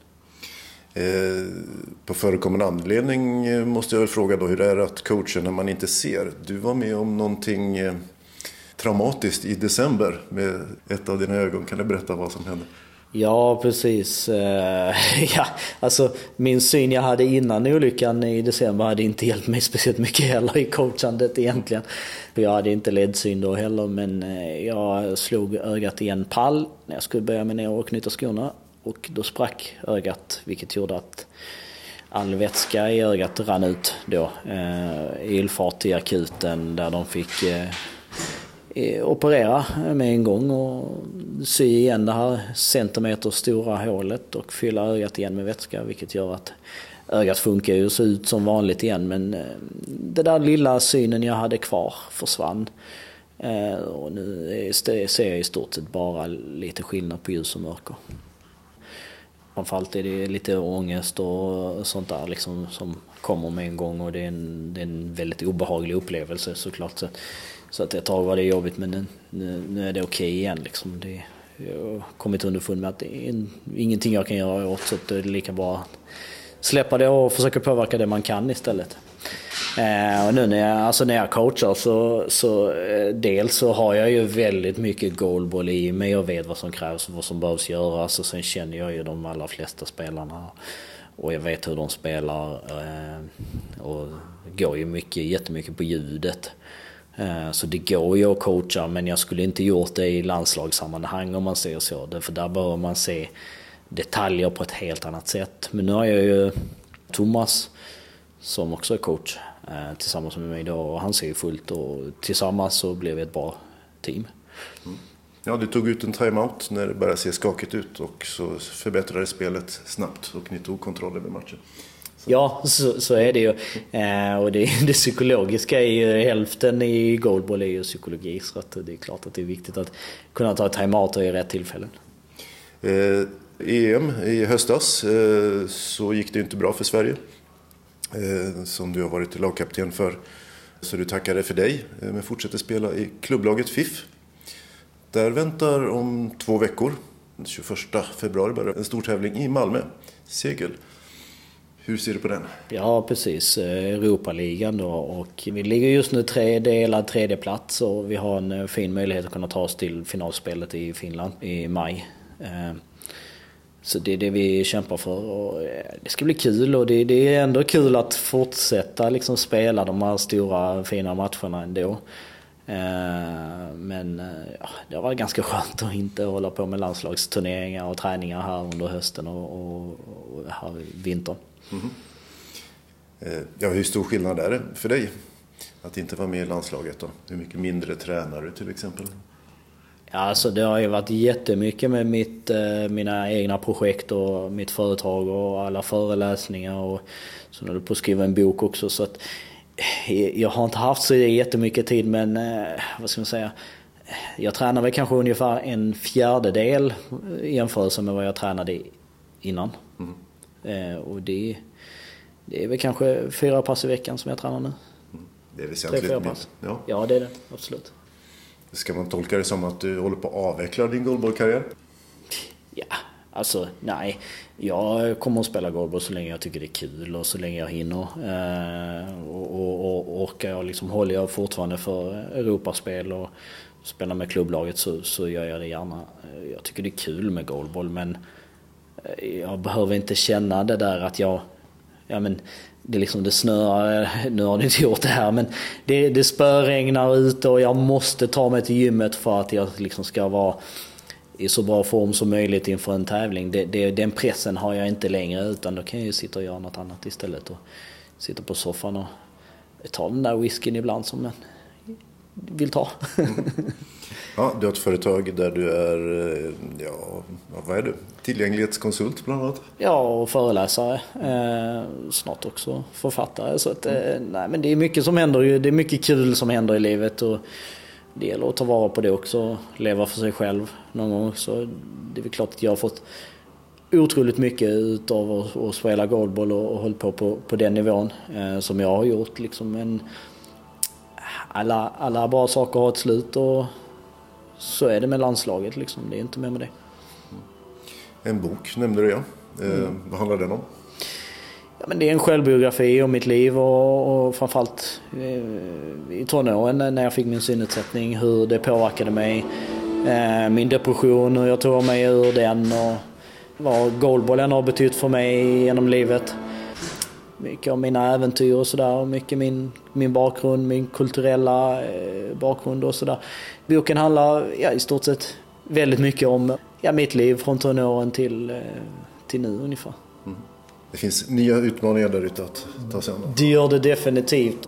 På förekommande anledning måste jag väl fråga då, hur det är att coacha när man inte ser. Du var med om någonting traumatiskt i december med ett av dina ögon. Kan du berätta vad som hände? Ja, precis. Ja, alltså min syn jag hade innan olyckan i december hade inte hjälpt mig speciellt mycket heller i coachandet egentligen. Jag hade inte ledsyn då heller, men jag slog ögat i en pall när jag skulle börja med ner och knyta skorna, och då sprack ögat, vilket gjorde att all vätska i ögat rann ut då. Ilfart till akuten där de fick operera med en gång och sy igen det här centimeter stora hålet och fylla ögat igen med vätska, vilket gör att ögat funkar ju så ut som vanligt igen, men det där lilla synen jag hade kvar försvann. Och nu ser jag i stort sett bara lite skillnad på ljus och mörker. Framförallt är det lite ångest och sånt där liksom som kommer med en gång, och det är en väldigt obehaglig upplevelse såklart. Så att ett tag var det jobbigt, men nu är det okej igen liksom. Jag har kommit underfund med att det är ingenting jag kan göra åt, så det är lika bra släppa det och försöka påverka det man kan istället. Och nu när jag coachar så dels så har jag ju väldigt mycket goalball i mig och vet vad som krävs och vad som behövs göras, och sen känner jag ju de allra flesta spelarna och jag vet hur de spelar och går ju jättemycket på ljudet. Så det går ju att coacha, men jag skulle inte gjort det i landslagssammanhang om man ser så. För där behöver man se detaljer på ett helt annat sätt. Men nu har jag ju Thomas som också är coach tillsammans med mig då, och han ser ju fullt, och tillsammans så blev vi ett bra team. Ja, du tog ut en timeout när det började se skakigt ut och så förbättrade spelet snabbt och ni tog kontroll över matchen. Ja, så är det ju. Och det psykologiska är ju hälften i goalball är ju psykologi, så att det är klart att det är viktigt att kunna ta timeouter i rätt tillfällen. EM i höstas så gick det inte bra för Sverige, som du har varit lagkapten för. Så du tackade för dig, men fortsätter spela i klubblaget FIF. Där väntar om 2 veckor, den 21 februari, börjar en stor tävling i Malmö, segel. Hur ser du på den? Ja, precis. Europaligan då, och vi ligger just nu delad 3:e plats, och vi har en fin möjlighet att kunna ta oss till finalspelet i Finland i maj. Så det är det vi kämpar för, och det ska bli kul, och det är ändå kul att fortsätta liksom spela de här stora fina matcherna ändå. Men ja, det har varit ganska skönt att inte hålla på med landslagsturneringar och träningar här under hösten och här vintern. Ja, hur stor skillnad är det för dig att inte vara med i landslaget då? Hur mycket mindre tränar du till exempel? Ja, alltså det har ju varit jättemycket med mina egna projekt och mitt företag och alla föreläsningar, och så håller jag på att skriva en bok också, så att jag har inte haft så jättemycket tid, men vad ska man säga, jag tränar väl kanske ungefär 1/4 i jämförelse med vad jag tränade innan. Och det är väl kanske 4 pass i veckan som jag tränar nu. Det är väsentligt pass. Ja, det är det, absolut. Ska man tolka det som att du håller på att avveckla din goalballkarriär? Ja, alltså nej. Jag kommer att spela goalball så länge jag tycker det är kul och så länge jag hinner. Och orkar jag liksom, håller jag fortfarande för Europaspel och spelar med klubblaget så gör jag det gärna. Jag tycker det är kul med goalball, men jag behöver inte känna det där att det är liksom det snöar, nu har det inte gjort det här, men det spöregnar ute och jag måste ta mig till gymmet för att jag liksom ska vara i så bra form som möjligt inför en tävling. Den pressen har jag inte längre, utan då kan jag ju sitta och göra något annat istället och sitta på soffan och ta den där whiskyn ibland som man vill ta. Ja, du har ett företag där du är, vad är du? Tillgänglighetskonsult bland annat? Ja, och föreläsare. Snart också författare. Så att, nej, men det är mycket som händer. Det är mycket kul som händer i livet, och det gäller att ta vara på det också. Leva för sig själv någon gång. Så det är väl klart att jag har fått otroligt mycket utav att spela goalball och hålla på den nivån som jag har gjort. Liksom. Men alla bra saker har ett slut, och så är det med landslaget. Liksom. Det är inte mer med det. En bok nämnde du, ja. Vad handlar den om? Ja, men det är en självbiografi om mitt liv, och framförallt i tonåren när jag fick min synnedsättning, hur det påverkade mig, min depression, och jag tog mig ur den, och vad goalballen har betytt för mig genom livet. Mycket av mina äventyr och sådär, och mycket min bakgrund, min kulturella bakgrund och sådär. Boken handlar i stort sett väldigt mycket om mitt liv från tonåren till nu ungefär. Det finns nya utmaningar där ute att ta sig an. Det gör det definitivt.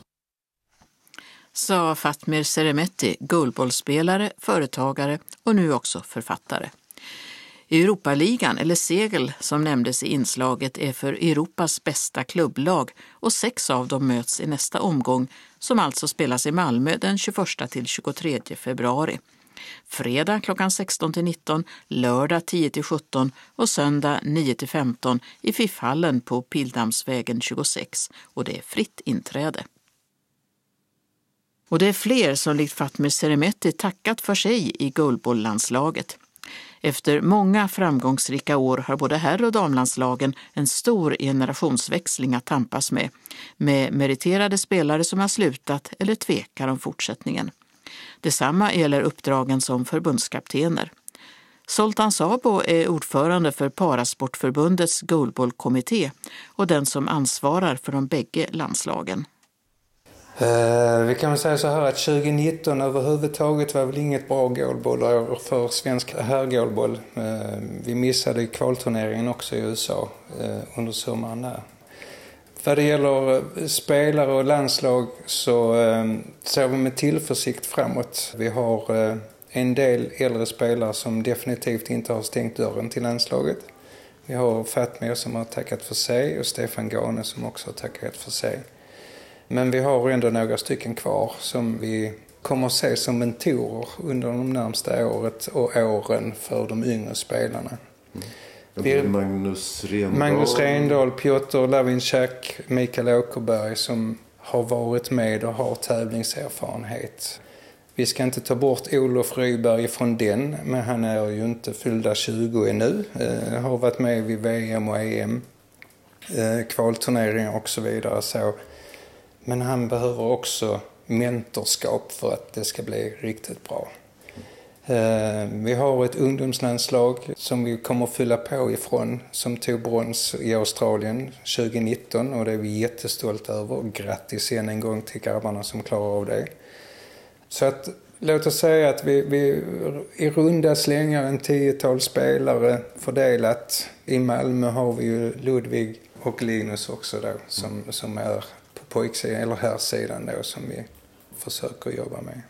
Sa Fatmir Seremeti, goalballspelare, företagare och nu också författare. Europaligan, eller segel som nämndes i inslaget, är för Europas bästa klubblag, och 6 av dem möts i nästa omgång, som alltså spelas i Malmö den 21-23 februari. Fredag klockan 16-19, lördag 10-17 och söndag 9-15 i FIF-hallen på Pildammsvägen 26, och det är fritt inträde. Och det är fler som likt Fatmir Seremeti tackat för sig i goalball-landslaget. Efter många framgångsrika år har både herr- och damlandslagen en stor generationsväxling att tampas med meriterade spelare som har slutat eller tvekar om fortsättningen. Detsamma gäller uppdragen som förbundskaptener. Zoltan Szabo är ordförande för Parasportförbundets goalballkommitté och den som ansvarar för de bägge landslagen. Vi kan väl säga så här att 2019 överhuvudtaget var väl inget bra goalballår för svensk herrgoalball. Vi missade kvalturneringen också i USA under sommaren där. Vad det gäller spelare och landslag så ser vi med tillförsikt framåt. Vi har en del äldre spelare som definitivt inte har stängt dörren till landslaget. Vi har Fatmir som har tackat för sig och Stefan Gane som också har tackat för sig. Men vi har ändå några stycken kvar som vi kommer att se som mentorer under de närmsta året och åren för de yngre spelarna. Magnus Rendahl, Piotr Lavinchak, Mikael Åkerberg som har varit med och har tävlingserfarenhet. Vi ska inte ta bort Olof Ryberg från den, men han är ju inte fyllda 20 ännu. Har varit med vid VM och EM, kvalturneringar och så vidare. Så. Men han behöver också mentorskap för att det ska bli riktigt bra. Vi har ett ungdomslandslag som vi kommer att fylla på ifrån som tog brons i Australien 2019 och det är vi jättestolta över. Grattis än en gång till grabbarna som klarar av det. Så att låt oss säga att vi i runda slängar en 10-tal spelare fördelat. I Malmö har vi ju Ludvig och Linus också då som är på pojksidan eller här sidan då som vi försöker jobba med.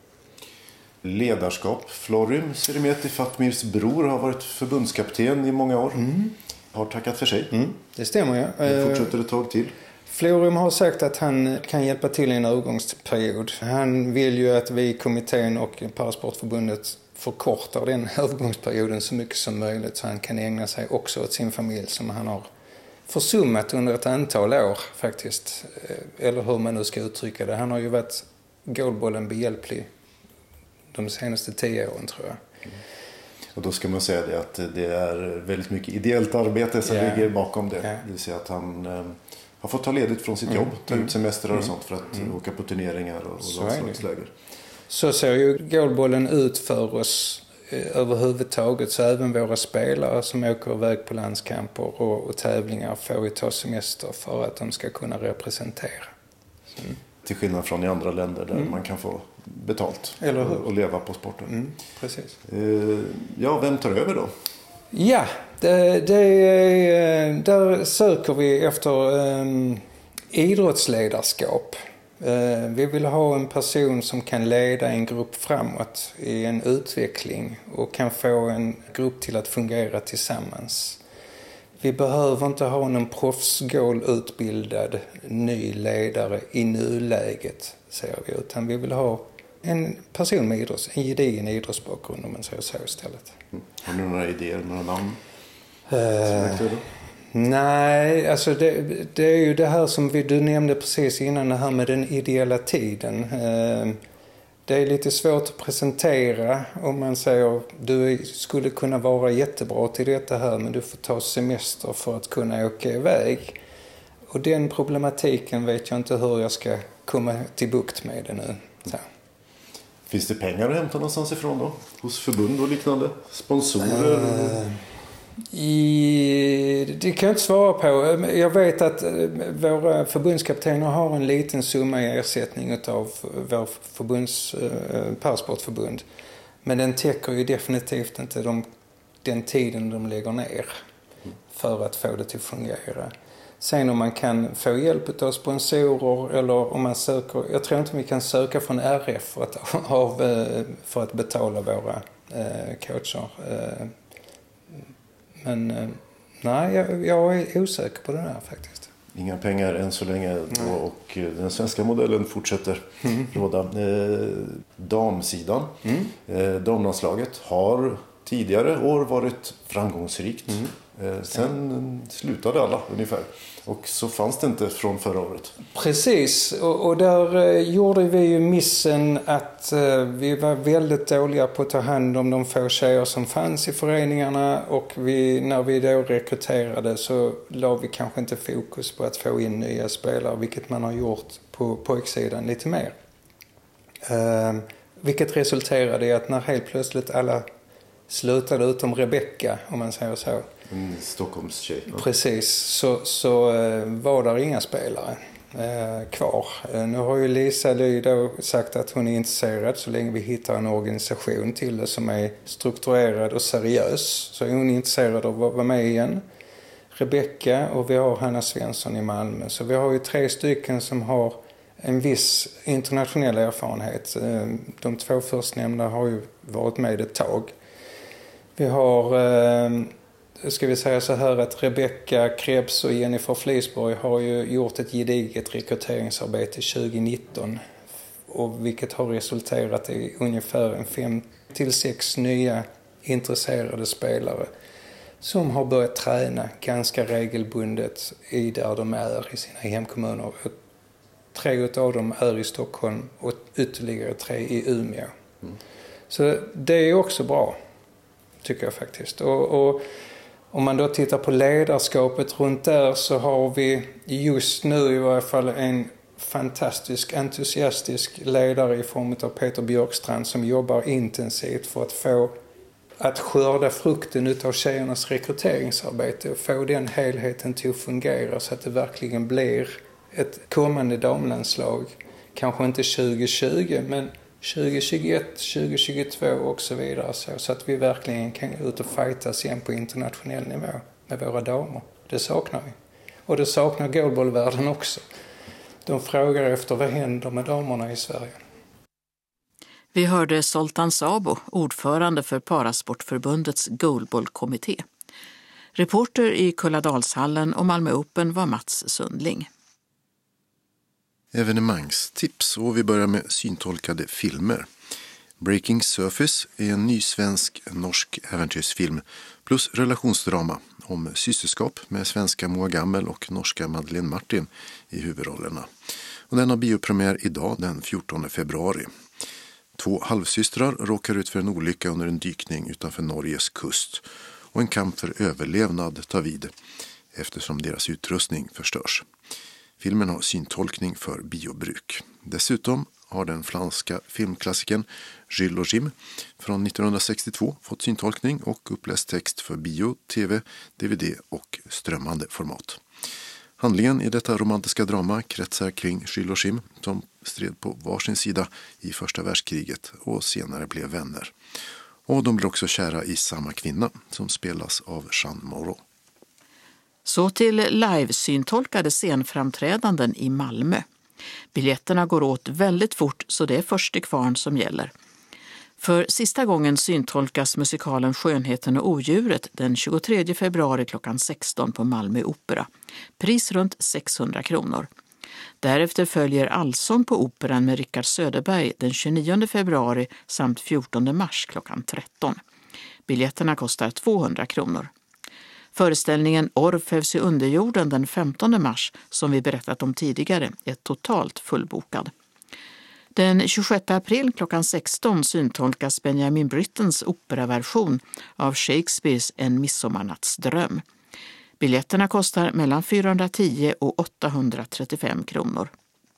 Ledarskap. Florim Seremeti, Fatmirs bror, har varit förbundskapten i många år. Har tackat för sig. Det stämmer, ja. Det fortsätter ett tag till. Florim har sagt att han kan hjälpa till i en övergångsperiod. Han vill ju att vi, kommittén och Parasportförbundet förkortar den övergångsperioden så mycket som möjligt så han kan ägna sig också åt sin familj som han har försummat under ett antal år faktiskt. Eller hur man nu ska uttrycka det. Han har ju varit goalballen behjälplig de senaste 10 åren tror jag. Och då ska man säga det att det är väldigt mycket ideellt arbete som ligger bakom det. Det vill säga att han har fått ta ledigt från sitt jobb, ta ut semestrar och sånt för att åka på turneringar och landslagsläger. Så ser ju goalballen ut för oss överhuvudtaget, så även våra spelare som åker iväg på landskamper och tävlingar får ju ta semester för att de ska kunna representera. Till skillnad från i andra länder där man kan få betalt och leva på sporten. Precis. Ja, vem tar över då? Ja, där söker vi efter idrottsledarskap. Vi vill ha en person som kan leda en grupp framåt i en utveckling och kan få en grupp till att fungera tillsammans. Vi behöver inte ha någon proffsgålutbildad ny ledare i nuläget, säger vi, utan vi vill ha en person med en gedigen idrottsbakgrund om man säger så istället. Har du några idéer, några namn? Nej, alltså det är ju det här som du nämnde precis innan, det här med den ideella tiden. Det är lite svårt att presentera om man säger du skulle kunna vara jättebra till detta här men du får ta semester för att kunna åka iväg. Och den problematiken vet jag inte hur jag ska komma till bukt med det nu. Så. Finns det pengar att hämta någonstans ifrån då? Hos förbund och liknande? Sponsorer? Det kan jag inte svara på. Jag vet att våra förbundskaptener har en liten summa i ersättning av vår parasportförbund. Men den täcker ju definitivt inte den tiden de lägger ner för att få det till att fungera. Sen om man kan få hjälp av sponsorer eller om man söker, jag tror inte vi kan söka från RF för att betala våra coacher. Men nej, jag är osäker på det där faktiskt. Inga pengar än så länge då, och den svenska modellen fortsätter råda. Damsidan, damlandslaget har tidigare år varit framgångsrikt. Sen slutade alla ungefär. Och så fanns det inte från förra året. Precis, och där gjorde vi ju missen att vi var väldigt dåliga på att ta hand om de få tjejer som fanns i föreningarna. Och när vi då rekryterade så la vi kanske inte fokus på att få in nya spelare, vilket man har gjort på pojksidan lite mer. Vilket resulterade i att när helt plötsligt alla slutade utom Rebecca, om man säger så. En Stockholmstjej. Ja. Precis, så var där inga spelare kvar. Nu har ju Lisa Ly då sagt att hon är intresserad så länge vi hittar en organisation till det som är strukturerad och seriös. Så är hon intresserad av att vara med igen. Rebecca och vi har Hanna Svensson i Malmö. Så vi har ju 3 stycken som har en viss internationell erfarenhet. De 2 förstnämnda har ju varit med ett tag. Vi har, ska vi säga så här, att Rebecca Krebs och Jennifer Flisborg har ju gjort ett gediget rekryteringsarbete 2019. Och vilket har resulterat i ungefär 5 till 6 nya intresserade spelare som har börjat träna ganska regelbundet där de är i sina hemkommuner. 3 av dem är i Stockholm och ytterligare 3 i Umeå. Så det är också bra, tycker jag faktiskt. Och om man då tittar på ledarskapet runt där så har vi just nu i varje fall en fantastisk, entusiastisk ledare i form av Peter Björkstrand som jobbar intensivt för att få att skörda frukten utav tjejernas rekryteringsarbete och få den helheten till att fungera så att det verkligen blir ett kommande damlandslag. Kanske inte 2020 men 2021, 2022 och så vidare. Så att vi verkligen kan gå ut och fightas igen på internationell nivå med våra damer. Det saknar vi. Och det saknar goalballvärlden också. De frågar efter vad händer med damerna i Sverige. Vi hörde Zoltan Sabo, ordförande för Parasportförbundets goalballkommitté. Reporter i Kulladalshallen och Malmö Open var Mats Sundling. Evenemangstips, och vi börjar med syntolkade filmer. Breaking Surface är en ny svensk-norsk äventyrsfilm plus relationsdrama om systerskap med svenska Moa Gammel och norska Madeleine Martin i huvudrollerna. Och den har biopremiär idag den 14 februari. 2 halvsystrar råkar ut för en olycka under en dykning utanför Norges kust och en kamp för överlevnad tar vid eftersom deras utrustning förstörs. Filmen har syntolkning för biobruk. Dessutom har den franska filmklassikern Jules och Jim från 1962 fått syntolkning och uppläst text för bio, tv, dvd och strömmande format. Handlingen i detta romantiska drama kretsar kring Jules och Jim som stred på varsin sida i första världskriget och senare blev vänner. Och de blir också kära i samma kvinna som spelas av Jeanne Moreau. Så till live-syntolkade scenframträdanden i Malmö. Biljetterna går åt väldigt fort så det är först till kvarn som gäller. För sista gången syntolkas musikalen Skönheten och odjuret den 23 februari klockan 16 på Malmö Opera. Pris runt 600 kronor. Därefter följer Allsång på Operan med Rickard Söderberg den 29 februari samt 14 mars klockan 13. Biljetterna kostar 200 kronor. Föreställningen Orfeus i underjorden den 15 mars, som vi berättat om tidigare, är totalt fullbokad. Den 26 april klockan 16 syntolkas Benjamin Brittens operaversion av Shakespeares En midsommarnattsdröm. Biljetterna kostar mellan 410 och 835 kronor.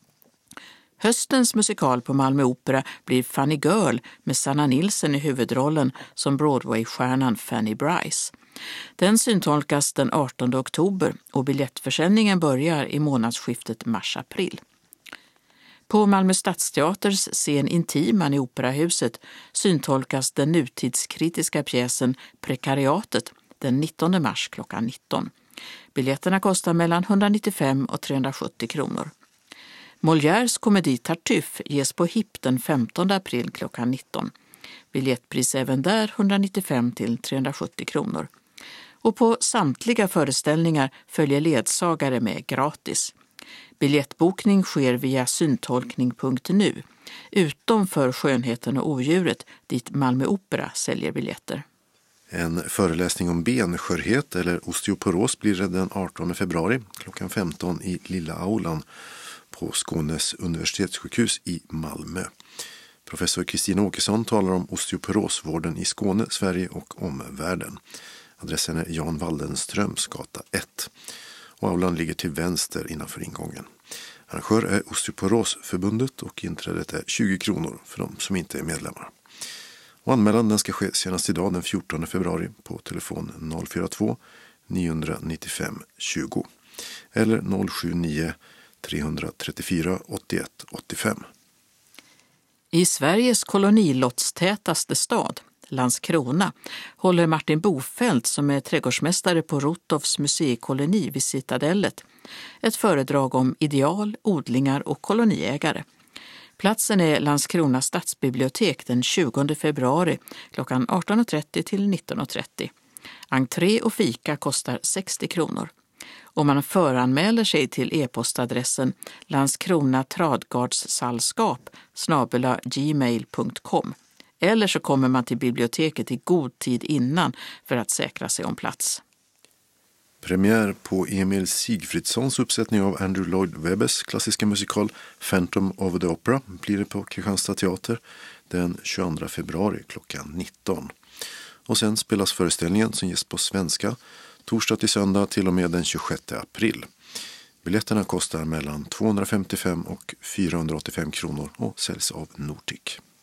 Höstens musikal på Malmö Opera blir Funny Girl med Sanna Nilsson i huvudrollen som Broadway-stjärnan Fanny Bryce. Den syntolkas den 18 oktober och biljettförsäljningen börjar i månadsskiftet mars-april. På Malmö Stadsteaters scen Intiman i Operahuset syntolkas den nutidskritiska pjäsen Prekariatet den 19 mars klockan 19. Biljetterna kostar mellan 195 och 370 kronor. Molières komedi Tartuffe ges på HIP den 15 april klockan 19. Biljettpris även där 195 till 370 kronor. Och på samtliga föreställningar följer ledsagare med gratis. Biljettbokning sker via syntolkning.nu, utom för Skönheten och odjuret dit Malmö Opera säljer biljetter. En föreläsning om benskörhet eller osteoporos blir det den 18 februari klockan 15 i Lilla Aulan på Skånes universitetssjukhus i Malmö. Professor Kristina Åkesson talar om osteoporosvården i Skåne, Sverige och omvärlden. Adressen är Jan Waldenströms gata 1. Och aulan ligger till vänster innanför ingången. Arrangör är Osteoporosförbundet och inträdet är 20 kronor för de som inte är medlemmar. Och anmälan den ska ske senast idag den 14 februari på telefon 042 995 20 eller 079 334 81 85. I Sveriges kolonilottstätaste stad, Landskrona, håller Martin Bofält, som är trädgårdsmästare på Rotovs museikoloni vid Citadellet, ett föredrag om ideal, odlingar och koloniägare. Platsen är Landskrona stadsbibliotek den 20 februari klockan 18.30 till 19.30. Entré och fika kostar 60 kronor. Om man föranmäler sig till e-postadressen landskronatradgardssällskap@gmail.com eller så kommer man till biblioteket i god tid innan för att säkra sig om plats. Premiär på Emil Sigfridssons uppsättning av Andrew Lloyd Webbers klassiska musikal Phantom of the Opera blir det på Kristianstad teater den 22 februari klockan 19. Och sen spelas föreställningen som ges på svenska torsdag till söndag till och med den 26 april. Biljetterna kostar mellan 255 och 485 kronor och säljs av Nortic.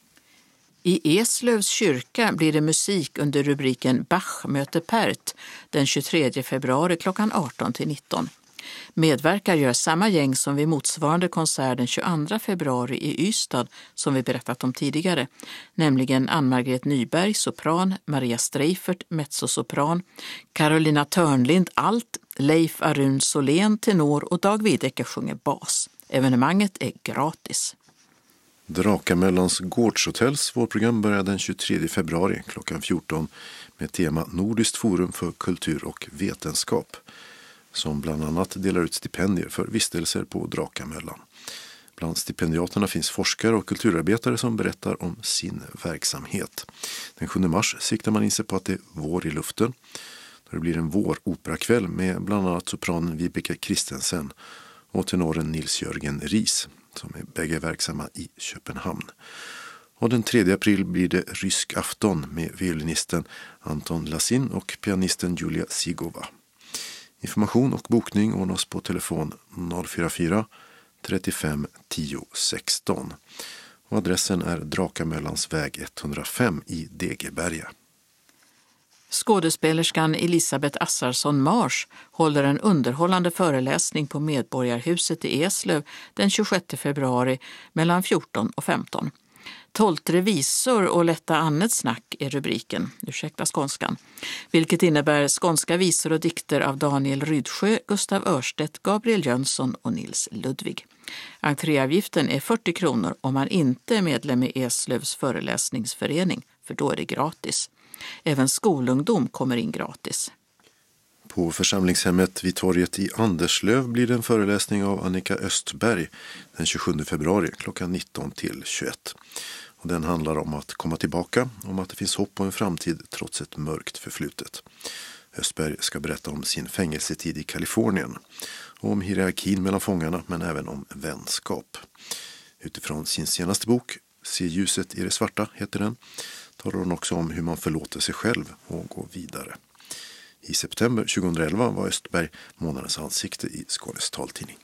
I Eslövs kyrka blir det musik under rubriken Bach möter Pärt den 23 februari klockan 18 till 19. Medverkar gör samma gäng som vid motsvarande konsert den 22 februari i Ystad som vi berättat om tidigare, nämligen Ann-Margret Nyberg, sopran, Maria Streifert, mezzosopran, Carolina Törnlind, alt, Leif Arun Solén, tenor och Dag Videke sjunger bas. Evenemanget är gratis. Drakamällans gårdshotells vårprogram börjar den 23 februari klockan 14 med tema Nordiskt forum för kultur och vetenskap, som bland annat delar ut stipendier för vistelser på Drakamöllan. Bland stipendiaterna finns forskare och kulturarbetare som berättar om sin verksamhet. Den 7 mars siktar man in sig på att det är vår i luften. Då det blir en våroperakväll med bland annat sopranen Vibeke Christensen och tenoren Nils-Jörgen Ries, som är bägge verksamma i Köpenhamn. Och den 3 april blir det rysk afton med violinisten Anton Lasin och pianisten Julia Sigova. Information och bokning ordnas på telefon 044 35 10 16. Och adressen är Drakamällans väg 105 i Degeberga. Skådespelerskan Elisabeth Assarsson Mars håller en underhållande föreläsning på Medborgarhuset i Eslöv den 26 februari mellan 14 och 15. Toltre visor och lätta annat snack är rubriken, ursäkta skånskan, vilket innebär skånska visor och dikter av Daniel Rydsjö, Gustav Örstedt, Gabriel Jönsson och Nils Ludvig. Entréavgiften är 40 kronor om man inte är medlem i Eslövs föreläsningsförening, för då är det gratis. Även skolungdom kommer in gratis. På församlingshemmet vid torget i Anderslöv blir det en föreläsning av Annika Östberg den 27 februari klockan 19 till 21. Och den handlar om att komma tillbaka, om att det finns hopp på en framtid trots ett mörkt förflutet. Östberg ska berätta om sin fängelsetid i Kalifornien, och om hierarkin mellan fångarna men även om vänskap. Utifrån sin senaste bok, Se ljuset i det svarta heter den, talar hon också om hur man förlåter sig själv och går vidare. I september 2011 var Östberg månadens ansikte i Skånes taltidning.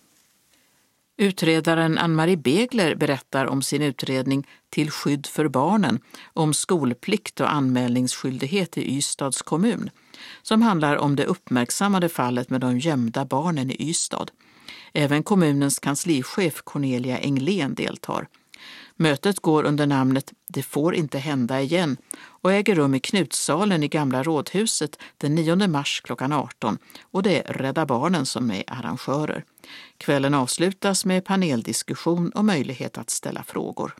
Utredaren Ann-Marie Begler berättar om sin utredning Till skydd för barnen om skolplikt och anmälningsskyldighet i Ystads kommun, som handlar om det uppmärksammade fallet med de gömda barnen i Ystad. Även kommunens kanslichef Cornelia Englén deltar. Mötet går under namnet Det får inte hända igen och äger rum i Knutsalen i Gamla rådhuset den 9 mars klockan 18, och det är Rädda Barnen som är arrangörer. Kvällen avslutas med paneldiskussion och möjlighet att ställa frågor.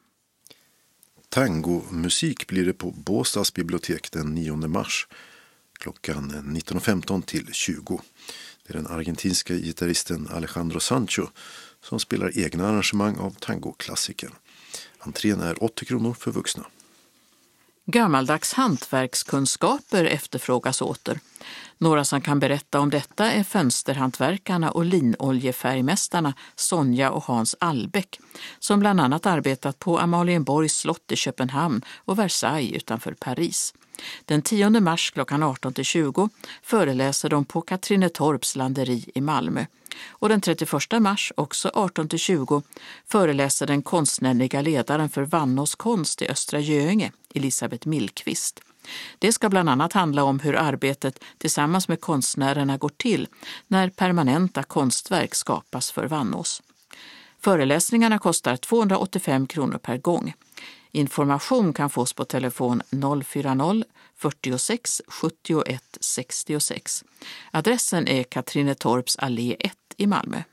Tangomusik blir det på Båstads bibliotek den 9 mars klockan 19.15 till 20. Det är den argentinska gitarristen Alejandro Sancho som spelar egna arrangemang av tangoklassiker. Entrén är 80 kronor för vuxna. Gammaldags hantverkskunskaper efterfrågas åter. Några som kan berätta om detta är fönsterhantverkarna och linoljefärgmästarna Sonja och Hans Albeck, som bland annat arbetat på Amalienborgs slott i Köpenhamn och Versailles utanför Paris. Den 10 mars klockan 18-20 föreläser de på Katrinetorps landeri i Malmö. Och den 31 mars, också 18-20, föreläser den konstnärliga ledaren för Vannås konst i Östra Göinge, Elisabeth Millqvist. Det ska bland annat handla om hur arbetet tillsammans med konstnärerna går till när permanenta konstverk skapas för Vannås. Föreläsningarna kostar 285 kronor per gång. Information kan fås på telefon 040 46 71 66. Adressen är Katrinetorps allé 1 i Malmö.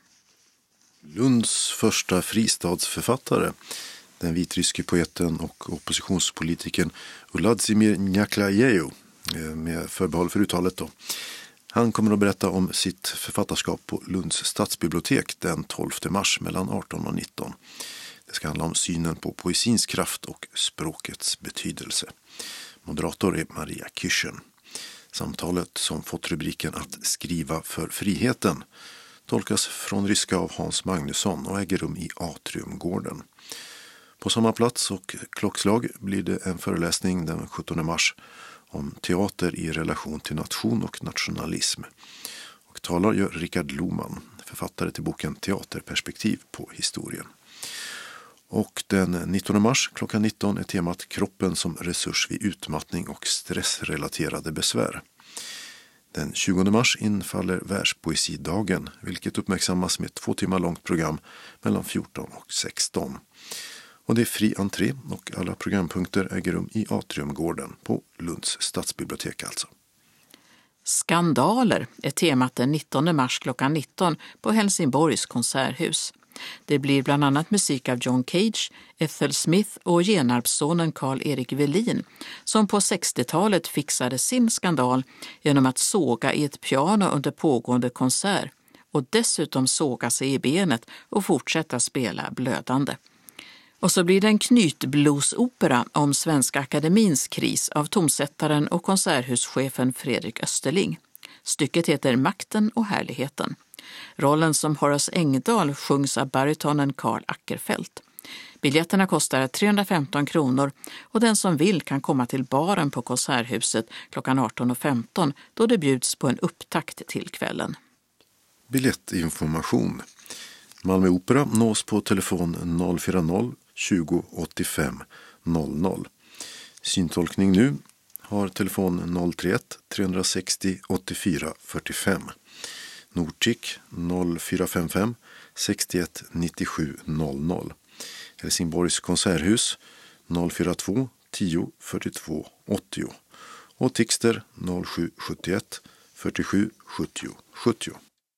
Lunds första fristadsförfattare, den vitryske poeten och oppositionspolitikern Wladzimir Njaklajew, med förbehåll för uttalet då. Han kommer att berätta om sitt författarskap på Lunds stadsbibliotek den 12 mars mellan 18 och 19. Det ska handla om synen på poesins kraft och språkets betydelse. Moderator är Maria Kirchen. Samtalet, som fått rubriken Att skriva för friheten, tolkas från ryska av Hans Magnusson och äger rum i Atriumgården. På samma plats och klockslag blir det en föreläsning den 17 mars om teater i relation till nation och nationalism. Och talar gör Rickard Lohman, författare till boken Teaterperspektiv på historien. Och den 19 mars klockan 19 är temat kroppen som resurs vid utmattning och stressrelaterade besvär. Den 20 mars infaller världspoesidagen, vilket uppmärksammas med ett 2 timmar långt program mellan 14 och 16. Och det är fri entré och alla programpunkter äger rum i Atriumgården på Lunds stadsbibliotek alltså. Skandaler är temat den 19 mars klockan 19 på Helsingborgs konserthus. Det blir bland annat musik av John Cage, Ethel Smith och Genarpssonen Karl-Erik Welin, som på 60-talet fixade sin skandal genom att såga i ett piano under pågående konsert och dessutom såga sig i benet och fortsätta spela blödande. Och så blir det en knytbluesopera om Svenska Akademins kris av tonsättaren och konserthuschefen Fredrik Österling. Stycket heter Makten och härligheten. Rollen som Horace Engdahl sjungs av baritonen Karl Ackerfeldt. Biljetterna kostar 315 kronor och den som vill kan komma till baren på konserthuset klockan 18.15 då det bjuds på en upptakt till kvällen. Biljettinformation. Malmö Opera nås på telefon 040 20 85 00. Syntolkning nu har telefon 031 360 84 45. Nordic 0455 61 97 00. Helsingborgs konserthus 042 10 42 80. Och Tixter 0771 47 70 70.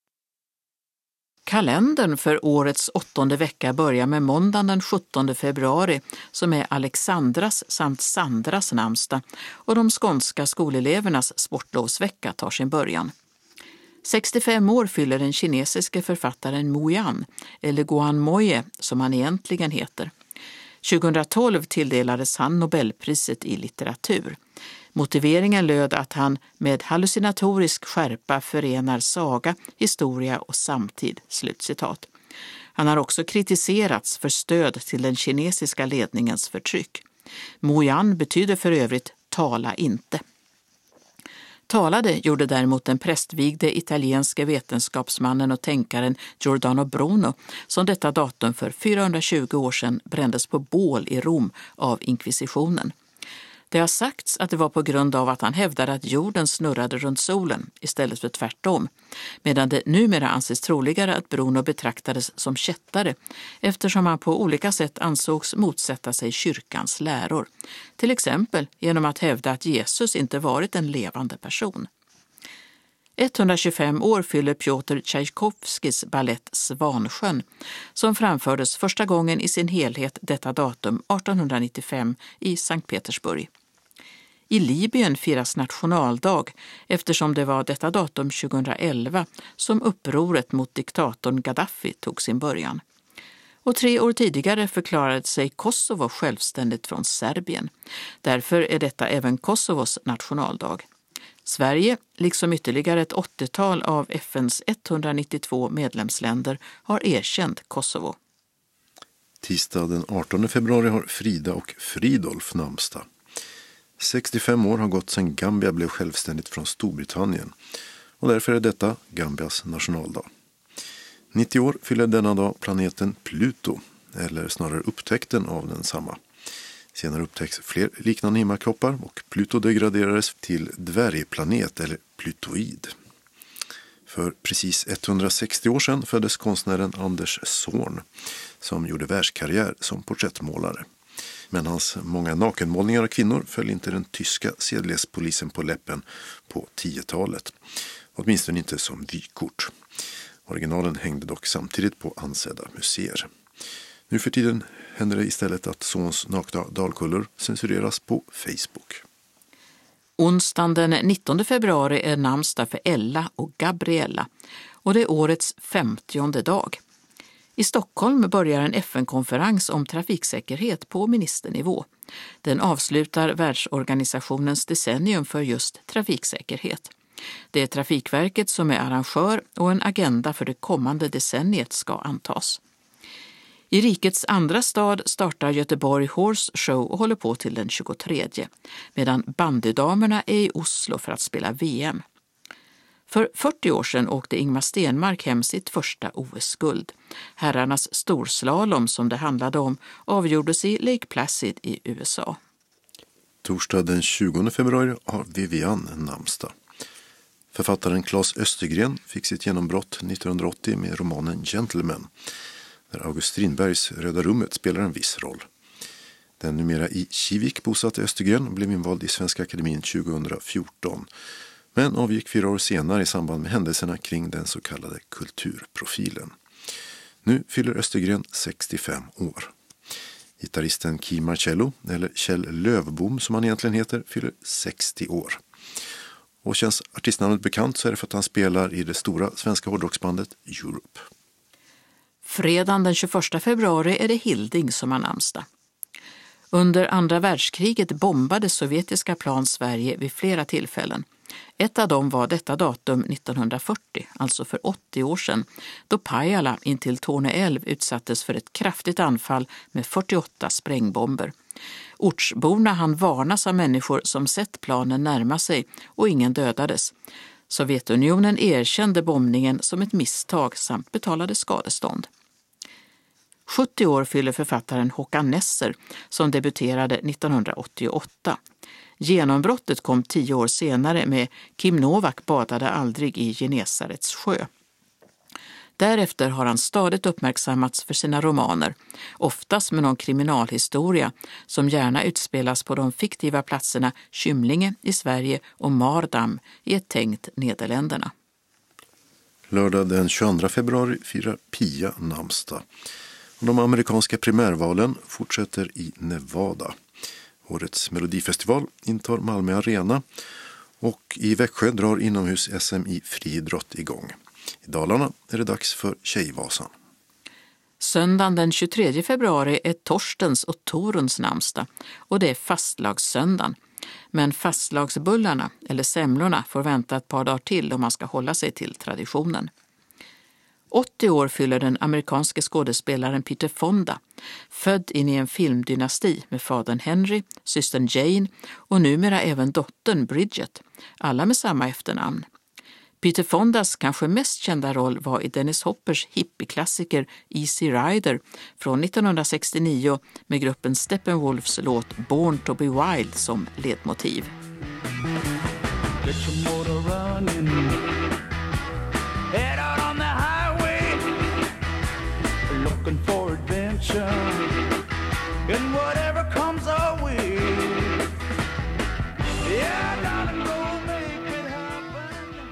Kalendern för årets 8:e vecka börjar med måndagen den 17 februari som är Alexandras samt Sandras namnsdag och de skånska skolelevernas sportlovsvecka tar sin början. 65 år fyller den kinesiske författaren Mo Yan, eller Guan Moye som han egentligen heter. 2012 tilldelades han Nobelpriset i litteratur. Motiveringen löd att han med hallucinatorisk skärpa förenar saga, historia och samtid. Slutcitat. Han har också kritiserats för stöd till den kinesiska ledningens förtryck. Mo Yan betyder för övrigt tala inte. Talade gjorde däremot den prästvigde italienske vetenskapsmannen och tänkaren Giordano Bruno som detta datum för 420 år sedan brändes på bål i Rom av inkvisitionen. Det har sagts att det var på grund av att han hävdade att jorden snurrade runt solen istället för tvärtom, medan det numera anses troligare att Bruno betraktades som kättare eftersom han på olika sätt ansågs motsätta sig kyrkans läror, till exempel genom att hävda att Jesus inte varit en levande person. 125 år fyller Piotr Tchaikovskis ballett Svansjön, som framfördes första gången i sin helhet detta datum 1895 i Sankt Petersburg. I Libyen firas nationaldag eftersom det var detta datum 2011 som upproret mot diktatorn Gaddafi tog sin början. Och 3 år tidigare förklarade sig Kosovo självständigt från Serbien. Därför är detta även Kosovos nationaldag. Sverige, liksom ytterligare ett 80-tal av FNs 192 medlemsländer, har erkänt Kosovo. Tisdag den 18 februari har Frida och Fridolf namnsdag. 65 år har gått sedan Gambia blev självständigt från Storbritannien och därför är detta Gambias nationaldag. 90 år fyller denna dag planeten Pluto, eller snarare upptäckten av densamma. Senare upptäcks fler liknande himmakroppar och Pluto degraderades till dvärgplanet eller plutoid. För precis 160 år sedan föddes konstnären Anders Zorn som gjorde världskarriär som porträttmålare. Men hans många nakenmålningar av kvinnor föll inte den tyska sedlighetspolisen på läppen på 10-talet. Åtminstone inte som vykort. Originalen hängde dock samtidigt på ansedda museer. Nu för tiden händer det istället att Zorns nakna dalkullor censureras på Facebook. Onsdagen den 19 februari är namnsdag för Ella och Gabriella och det är årets 50:e dag. I Stockholm börjar en FN-konferens om trafiksäkerhet på ministernivå. Den avslutar världsorganisationens decennium för just trafiksäkerhet. Det är Trafikverket som är arrangör och en agenda för det kommande decenniet ska antas. I rikets andra stad startar Göteborg Horse Show och håller på till den 23, medan bandydamerna är i Oslo för att spela VM. För 40 år sedan åkte Ingmar Stenmark hem sitt första OS-guld. Herrarnas storslalom som det handlade om avgjordes i Lake Placid i USA. Torsdag den 20 februari har Vivian namnsdag. Författaren Claes Östergren fick sitt genombrott 1980 med romanen Gentleman, där August Strindbergs Röda rummet spelar en viss roll. Den numera i Kivik bosatte Östergren blev invald i Svenska Akademin 2014, men avgick 4 år senare i samband med händelserna kring den så kallade kulturprofilen. Nu fyller Östergren 65 år. Gitarristen Key Marcello, eller Kjell Lövbom som han egentligen heter, fyller 60 år. Och känns artistnamnet bekant så är det för att han spelar i det stora svenska hårdrocksbandet Europe. Fredagen den 21 februari är det Hilding som har namnsdag. Under andra världskriget bombade sovjetiska plan Sverige vid flera tillfällen. Ett av dem var detta datum 1940, alltså för 80 år sedan, då Pajala intill Torne älv utsattes för ett kraftigt anfall med 48 sprängbomber. Ortsborna hann varnas av människor som sett planen närma sig och ingen dödades. Sovjetunionen erkände bombningen som ett misstag samt betalade skadestånd. 70 år fyller författaren Håkan Nesser som debuterade 1988. Genombrottet kom 10 år senare med Kim Novak badade aldrig i Genesarets sjö. Därefter har han stadigt uppmärksammats för sina romaner, oftast med någon kriminalhistoria som gärna utspelas på de fiktiva platserna Kymlinge i Sverige och Mardam i ett tänkt Nederländerna. Lördag den 22 februari firar Pia namnsdag. De amerikanska primärvalen fortsätter i Nevada. Årets melodifestival intar Malmö Arena och i Växjö drar inomhus-SM i friidrott igång. I Dalarna är det dags för Tjejvasan. Söndagen den 23 februari är Torstens och Toruns namnsdag och det är fastlagssöndagen. Men fastlagsbullarna eller semlorna får vänta ett par dagar till om man ska hålla sig till traditionen. 80 år fyller den amerikanske skådespelaren Peter Fonda, född in i en filmdynasti med fadern Henry, systern Jane och numera även dottern Bridget, alla med samma efternamn. Peter Fondas kanske mest kända roll var i Dennis Hoppers hippieklassiker Easy Rider från 1969 med gruppen Steppenwolfs låt Born to be Wild som ledmotiv. Get your motor running. Head out on the highway. Looking for adventure. And whatever comes our way. Yeah, darling, go make it happen.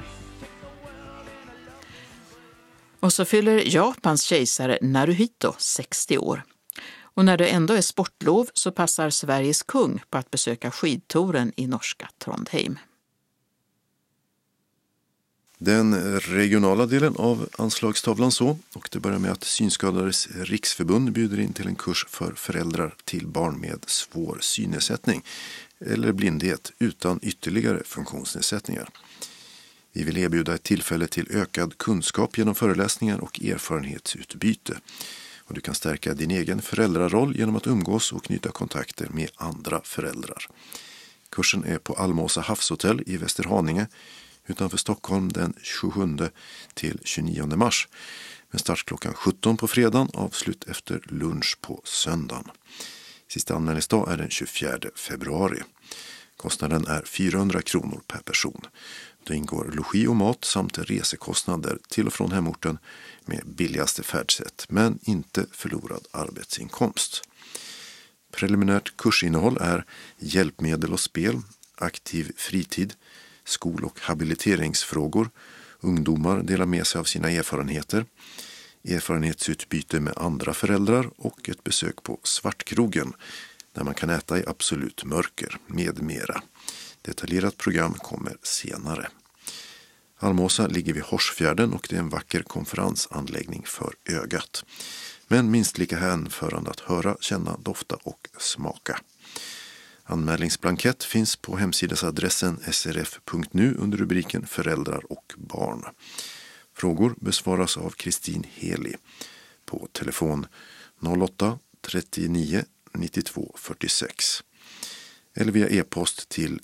Och så fyller Japans kejsare Naruhito 60 år. Och när det ändå är sportlov så passar Sveriges kung på att besöka skidtouren i norska Trondheim. Den regionala delen av anslagstavlan så, och det börjar med att Synskadades riksförbund bjuder in till en kurs för föräldrar till barn med svår synnedsättning eller blindhet utan ytterligare funktionsnedsättningar. Vi vill erbjuda ett tillfälle till ökad kunskap genom föreläsningar och erfarenhetsutbyte. Och du kan stärka din egen föräldraroll genom att umgås och knyta kontakter med andra föräldrar. Kursen är på Almåsa havshotell i Västerhaninge utanför Stockholm den 27 till 29 mars. Med start klockan 17 på fredagen, avslut efter lunch på söndagen. Sista anmälningsdag är den 24 februari. Kostnaden är 400 kronor per person. Det ingår logi och mat samt resekostnader till och från hemorten med billigaste färdsätt, men inte förlorad arbetsinkomst. Preliminärt kursinnehåll är hjälpmedel och spel, aktiv fritid, skol- och habiliteringsfrågor, ungdomar delar med sig av sina erfarenheter, erfarenhetsutbyte med andra föräldrar och ett besök på Svartkrogen där man kan äta i absolut mörker med mera. Detaljerat program kommer senare. Almåsa ligger vid Horsfjärden och det är en vacker konferensanläggning för ögat. Men minst lika hänförande att höra, känna, dofta och smaka. Anmälningsblankett finns på hemsidesadressen srf.nu under rubriken Föräldrar och barn. Frågor besvaras av Kristin Heli på telefon 08 39 92 46 eller via e-post till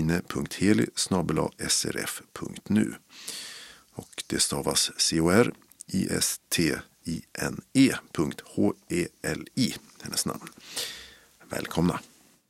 kristine.heli@srf.nu. Och det stavas CORISTINE.HELI, hennes namn. Välkomna!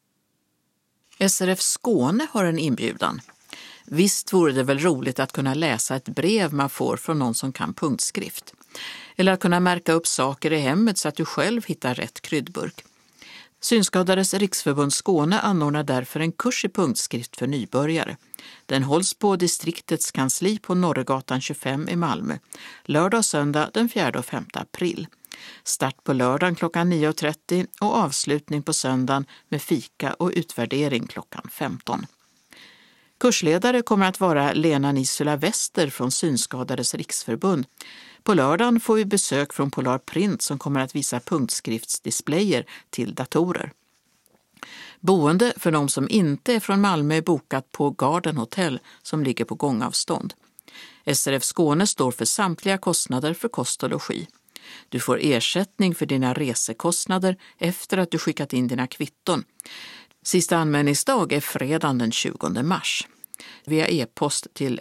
SRF Skåne har en inbjudan. Visst vore det väl roligt att kunna läsa ett brev man får från någon som kan punktskrift. Eller att kunna märka upp saker i hemmet så att du själv hittar rätt kryddburk. Synskadades riksförbund Skåne anordnar därför en kurs i punktskrift för nybörjare. Den hålls på distriktets kansli på Norregatan 25 i Malmö, lördag och söndag den 4 och 5 april. Start på lördagen klockan 9.30 och avslutning på söndagen med fika och utvärdering klockan 15. Kursledare kommer att vara Lena Nisula Wester från Synskadades riksförbund. På lördagen får vi besök från Polar Print som kommer att visa punktskriftsdisplayer till datorer. Boende för de som inte är från Malmö är bokat på Garden Hotel som ligger på gångavstånd. SRF Skåne står för samtliga kostnader för kost och logi. Du får ersättning för dina resekostnader efter att du skickat in dina kvitton. Sista anmälningsdag är fredagen den 20 mars. Via e-post till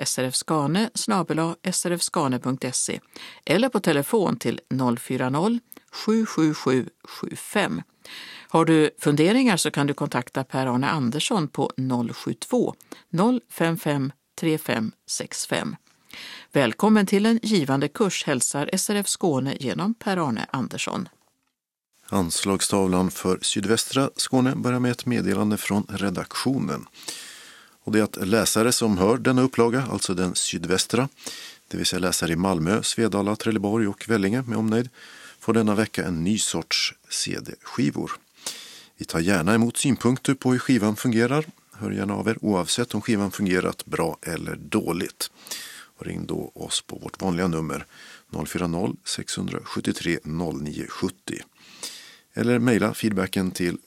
srfskane@srfskane.se eller på telefon till 040 777 75. Har du funderingar så kan du kontakta Per-Arne Andersson på 072 055 3565. Välkommen till en givande kurs hälsar SRF Skåne genom Per-Arne Andersson. Anslagstavlan för sydvästra Skåne börjar med ett meddelande från redaktionen. Och det är att läsare som hör denna upplaga, alltså den sydvästra, det vill säga läsare i Malmö, Svedala, Trelleborg och Vellinge med omnejd, får denna vecka en ny sorts CD-skivor. Vi tar gärna emot synpunkter på hur skivan fungerar. Hör gärna av er oavsett om skivan fungerat bra eller dåligt. Och ring då oss på vårt vanliga nummer 040 673 0970. Eller mejla feedbacken till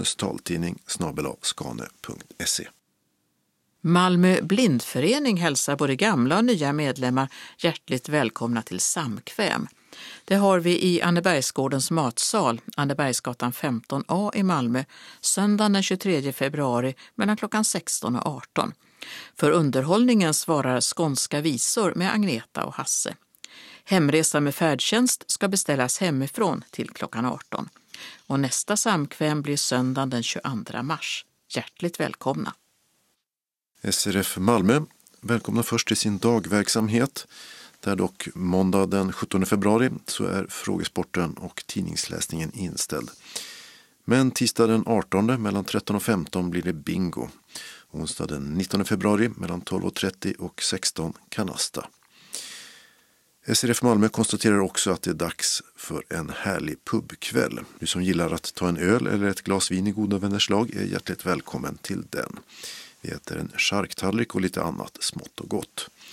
skanestaltidning@skane.se. Malmö blindförening hälsar både gamla och nya medlemmar hjärtligt välkomna till samkväm. Det har vi i Annebergsgårdens matsal, Annebergsgatan 15A i Malmö, söndagen den 23 februari mellan klockan 16 och 18. För underhållningen svarar skånska visor med Agneta och Hasse. Hemresa med färdtjänst ska beställas hemifrån till klockan 18. Och nästa samkväm blir söndagen den 22 mars. Hjärtligt välkomna! SRF Malmö välkomnar först till sin dagverksamhet. Där dock måndag den 17 februari så är frågesporten och tidningsläsningen inställd. Men tisdag den 18 mellan 13 och 15 blir det bingo. Onsdag den 19 februari mellan 12.30 och 16 kanasta. SRF Malmö konstaterar också att det är dags för en härlig pubkväll. Du som gillar att ta en öl eller ett glas vin i goda vänners lag är hjärtligt välkommen till den. Vi äter en charktallrik och lite annat smått och gott.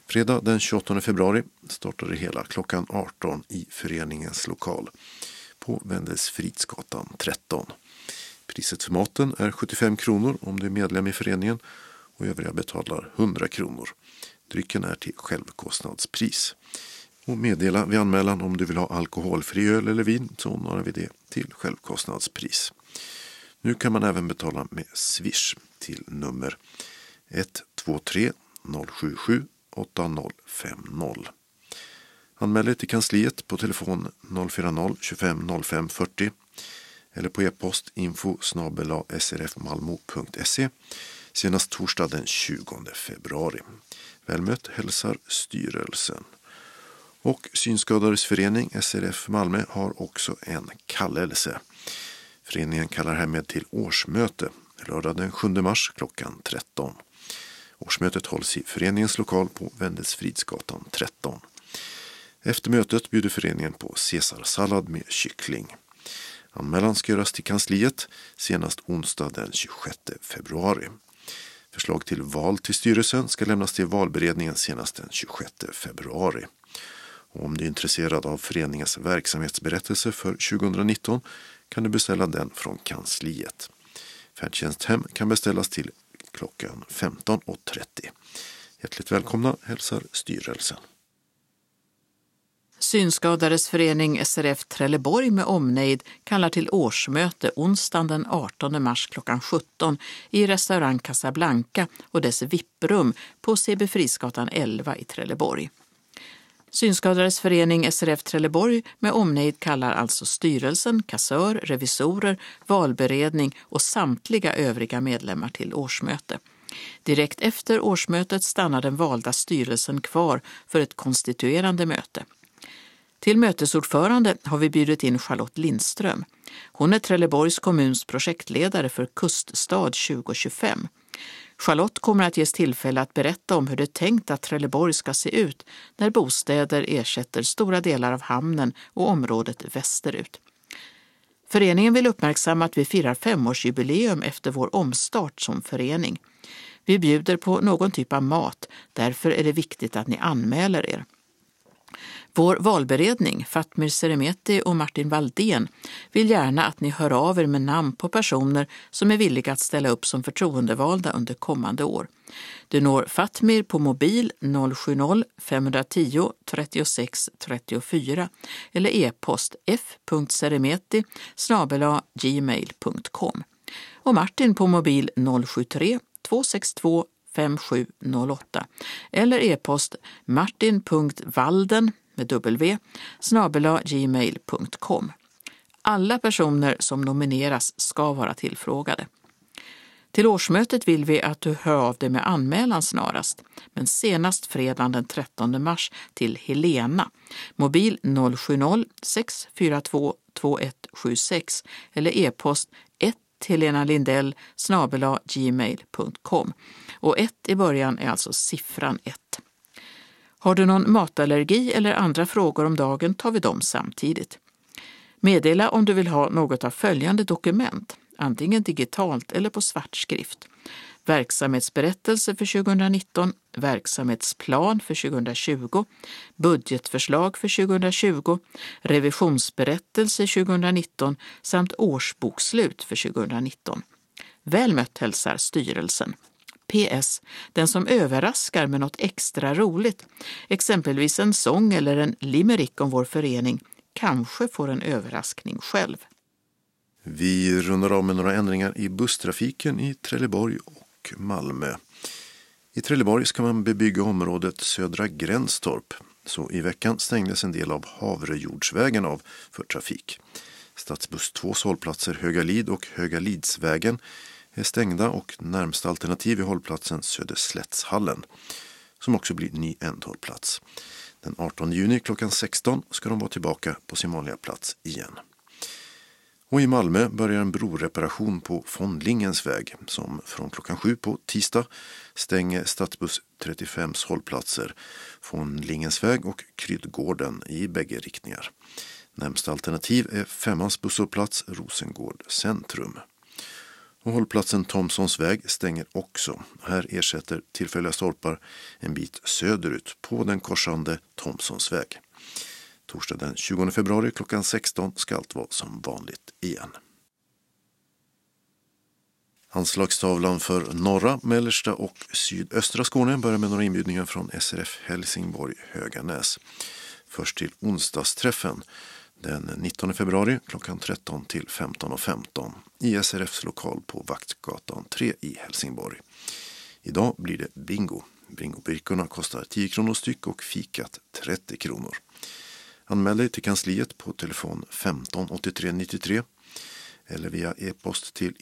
Fredag den 28 februari startar det hela klockan 18 i föreningens lokal på Wendelsfridsgatan 13. Priset för maten är 75 kronor om du är medlem i föreningen och övriga betalar 100 kronor. Drycken är till självkostnadspris. Och meddela vid anmälan om du vill ha alkoholfri öl eller vin, så ordnar vi det till självkostnadspris. Nu kan man även betala med Swish till nummer 123 077 8050. Anmäl dig till kansliet på telefon 040 25 05 40 eller på e-post info@srfmalmo.se senast torsdag den 20 februari. Välmött hälsar styrelsen. Och Synskadades förening SRF Malmö har också en kallelse. Föreningen kallar härmed till årsmöte lördag den 7 mars klockan 13. Årsmötet hålls i föreningens lokal på Wendelsfridsgatan 13. Efter mötet bjuder föreningen på caesarsallad med kyckling. Anmälan ska göras till kansliet senast onsdag den 26 februari. Förslag till val till styrelsen ska lämnas till valberedningen senast den 26 februari. Och om du är intresserad av föreningens verksamhetsberättelse för 2019 kan du beställa den från kansliet. Färdtjänsthem kan beställas till klockan 15.30. Hjärtligt välkomna hälsar styrelsen. Synskadades förening SRF Trelleborg med omnejd kallar till årsmöte onsdagen den 18 mars klockan 17 i restaurang Casablanca och dess VIP-rum på CB Frisgatan 11 i Trelleborg. Synskadades förening SRF Trelleborg med omnejd kallar alltså styrelsen, kassör, revisorer, valberedning och samtliga övriga medlemmar till årsmöte. Direkt efter årsmötet stannar den valda styrelsen kvar för ett konstituerande möte. Till mötesordförande har vi bjudit in Charlotte Lindström. Hon är Trelleborgs kommuns projektledare för Kuststad 2025. Charlotte kommer att ges tillfälle att berätta om hur det är tänkt att Trelleborg ska se ut när bostäder ersätter stora delar av hamnen och området västerut. Föreningen vill uppmärksamma att vi firar 5-årsjubileum efter vår omstart som förening. Vi bjuder på någon typ av mat, därför är det viktigt att ni anmäler er. Vår valberedning, Fatmir Seremeti och Martin Valdén, vill gärna att ni hör av er med namn på personer som är villiga att ställa upp som förtroendevalda under kommande år. Du når Fatmir på mobil 070 510 36 34 eller e-post f.seremeti@gmail.com och Martin på mobil 073 262 5708 eller e-post martin.valden med w@gmail.com. Alla personer som nomineras ska vara tillfrågade. Till årsmötet vill vi att du hör av dig med anmälan snarast, men senast fredagen den 13 mars till Helena, mobil 070 642 2176 eller e-post 1helenalindell@gmail.com och 1 i början är alltså siffran 1. Har du någon matallergi eller andra frågor om dagen tar vi dem samtidigt. Meddela om du vill ha något av följande dokument, antingen digitalt eller på svartskrift. Verksamhetsberättelse för 2019, verksamhetsplan för 2020, budgetförslag för 2020, revisionsberättelse 2019 samt årsbokslut för 2019. Väl mött hälsar styrelsen. PS. Den som överraskar med något extra roligt, exempelvis en sång eller en limerick om vår förening, kanske får en överraskning själv. Vi rundar av med några ändringar i busstrafiken i Trelleborg och Malmö. I Trelleborg ska man bebygga området Södra Gränstorp, så i veckan stängdes en del av Havrejordsvägen av för trafik. Stadsbuss 2:s hållplatser Högalid och Högalidsvägen är stängda och närmsta alternativ är hållplatsen Söderslättshallen, som också blir ny ändhållplats. Den 18 juni klockan 16 ska de vara tillbaka på sin vanliga plats igen. Och i Malmö börjar en broreparation på Fondlingens väg som från klockan 7 på tisdag stänger stadsbuss 35s hållplatser Fondlingens väg och Kryddgården i bägge riktningar. Närmsta alternativ är 5:ans busshållplats Rosengård centrum. Och hållplatsen Thomsons väg stänger också. Här ersätter tillfälliga stolpar en bit söderut på den korsande Thomsons väg. Torsdag den 20 februari klockan 16 ska allt vara som vanligt igen. Anslagstavlan för norra, mellersta och sydöstra Skåne börjar med några inbjudningar från SRF Helsingborg Höganäs. Först till onsdagsträffen den 19 februari klockan 13 till 15.15 i SRFs lokal på Vaktgatan 3 i Helsingborg. Idag blir det bingo. Bingobirkorna kostar 10 kronor styck och fikat 30 kronor. Anmäl dig till kansliet på telefon 15 83 93 eller via e-post till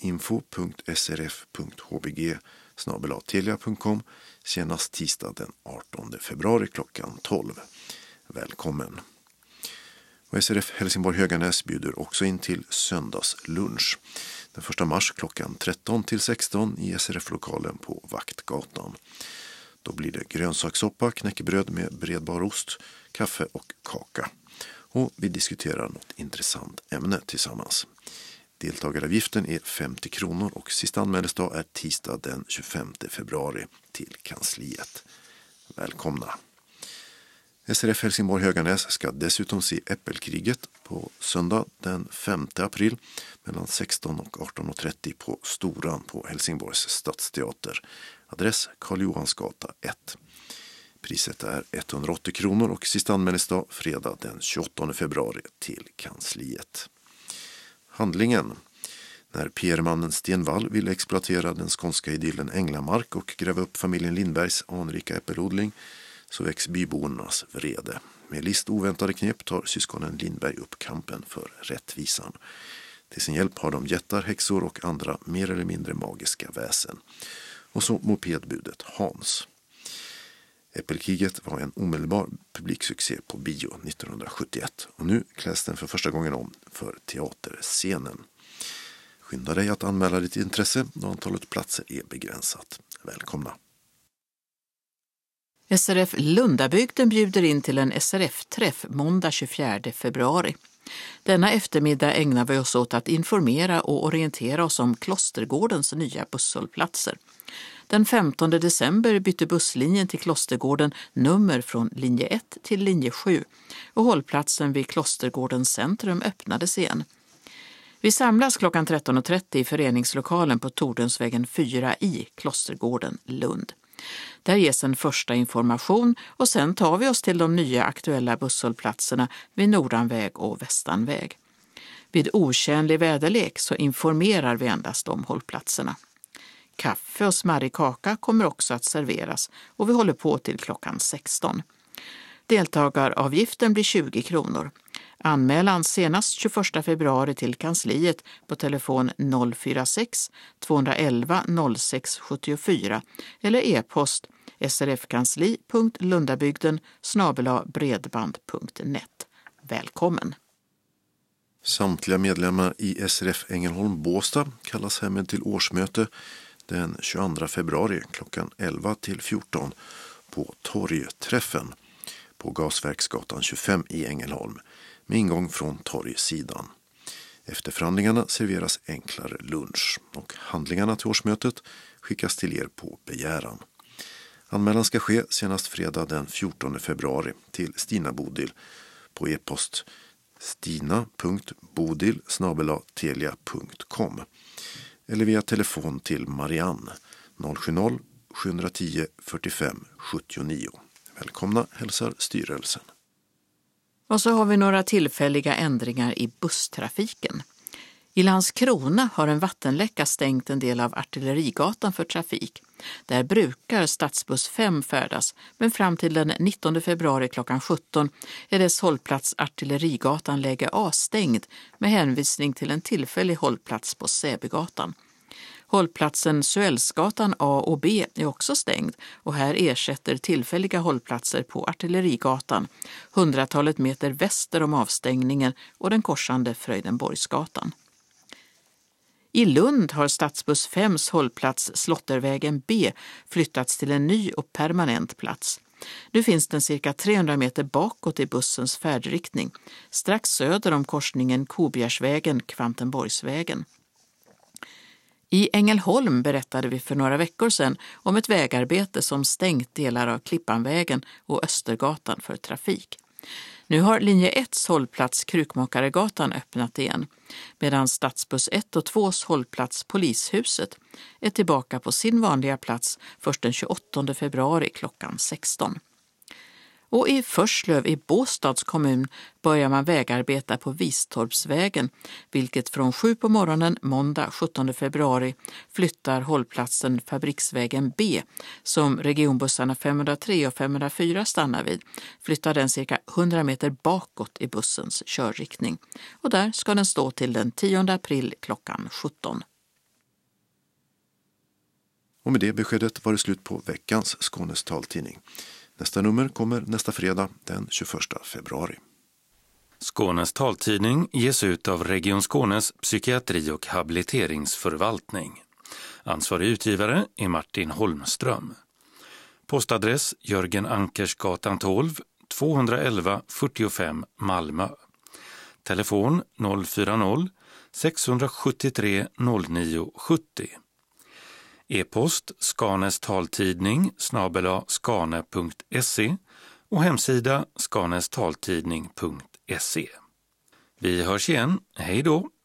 info.srf.hbg@telia.com senast tisdag den 18 februari klockan 12. Välkommen! Och SRF Helsingborg Höganäs bjuder också in till söndagslunch den 1 mars klockan 13 till 16 i SRF-lokalen på Vaktgatan. Då blir det grönsakssoppa, knäckebröd med bredbar ost, kaffe och kaka. Och vi diskuterar något intressant ämne tillsammans. Deltagaravgiften är 50 kronor och sista anmälningsdag är tisdag den 25 februari till kansliet. Välkomna! SRF Helsingborg Höganäs ska dessutom se Äppelkriget på söndag den 5 april mellan 16 och 18.30 på Storan på Helsingborgs stadsteater. Adress Karl Johansgata 1. Priset är 180 kronor och sista anmälningsdag fredag den 28 februari till kansliet. Handlingen. När PR-mannen Sten Wall ville exploatera den skånska idyllen Änglamark och gräva upp familjen Lindbergs anrika äppelodling så väcks bybornas vrede. Med list oväntade knep tar syskonen Lindberg upp kampen för rättvisan. Till sin hjälp har de jättar, häxor och andra mer eller mindre magiska väsen. Och så mopedbudet Hans. Äppelkriget var en omedelbar publiksuccé på bio 1971 och nu kläs den för första gången om för teaterscenen. Skynda dig att anmäla ditt intresse då antalet platser är begränsat. Välkomna! SRF Lundabygden bjuder in till en SRF-träff måndag 24 februari. Denna eftermiddag ägnar vi oss åt att informera och orientera oss om Klostergårdens nya busshållplatser. Den 15 december bytte busslinjen till Klostergården nummer från linje 1 till linje 7 och hållplatsen vid Klostergårdens centrum öppnades igen. Vi samlas klockan 13.30 i föreningslokalen på Tordensvägen 4 i Klostergården, Lund. Där ges en första information och sen tar vi oss till de nya aktuella busshållplatserna vid Nordanväg och Västanväg. Vid otjänlig väderlek så informerar vi endast om hållplatserna. Kaffe och smarrig kaka kommer också att serveras och vi håller på till klockan 16. Deltagaravgiften blir 20 kronor. Anmälan senast 21 februari till kansliet på telefon 046 211 06 74 eller e-post srfkansli.lundabygden@bredband.net. Välkommen! Samtliga medlemmar i SRF Ängelholm Båstad kallas härmed till årsmöte den 22 februari klockan 11 till 14 på Torgträffen på Gasverksgatan 25 i Ängelholm med ingång från torgsidan. Efter förhandlingarna serveras enklare lunch och handlingarna till årsmötet skickas till er på begäran. Anmälan ska ske senast fredag den 14 februari till Stina Bodil på e-post stina.bodil@telia.com eller via telefon till Marianne 070-710 45 79. Välkomna hälsar styrelsen. Och så har vi några tillfälliga ändringar i busstrafiken. I Landskrona har en vattenläcka stängt en del av Artillerigatan för trafik. Där brukar stadsbuss 5 färdas, men fram till den 19 februari klockan 17 är dess hållplats Artillerigatan läge A stängd med hänvisning till en tillfällig hållplats på Säbygatan. Hållplatsen Suellsgatan A och B är också stängd och här ersätter tillfälliga hållplatser på Artillerigatan, 100-talet meter väster om avstängningen och den korsande Fröjdenborgsgatan. I Lund har stadsbuss 5s hållplats Slottervägen B flyttats till en ny och permanent plats. Nu finns den cirka 300 meter bakåt i bussens färdriktning, strax söder om korsningen Kobjärsvägen-Kvantenborgsvägen. I Ängelholm berättade vi för några veckor sedan om ett vägarbete som stängt delar av Klippanvägen och Östergatan för trafik. Nu har linje 1:s hållplats Krukmakaregatan öppnat igen, medan stadsbuss 1 och 2:s hållplats Polishuset är tillbaka på sin vanliga plats först den 28 februari klockan 16. Och i Förslöv i Båstads kommun börjar man vägarbeta på Vistorpsvägen, vilket från 7 på morgonen måndag 17 februari flyttar hållplatsen Fabriksvägen B, som regionbussarna 503 och 504 stannar vid, flyttar den cirka 100 meter bakåt i bussens körriktning. Och där ska den stå till den 10 april klockan 17. Och med det beskedet var det slut på veckans Skånes taltidning. Nästa nummer kommer nästa fredag den 21 februari. Skånes taltidning ges ut av Region Skånes psykiatri- och habiliteringsförvaltning. Ansvarig utgivare är Martin Holmström. Postadress Jörgen Ankersgatan 12, 211 45 Malmö. Telefon 040 673 0970. E-post skanestaltidning @skane.se och hemsida skanestaltidning.se. Vi hörs igen. Hej då!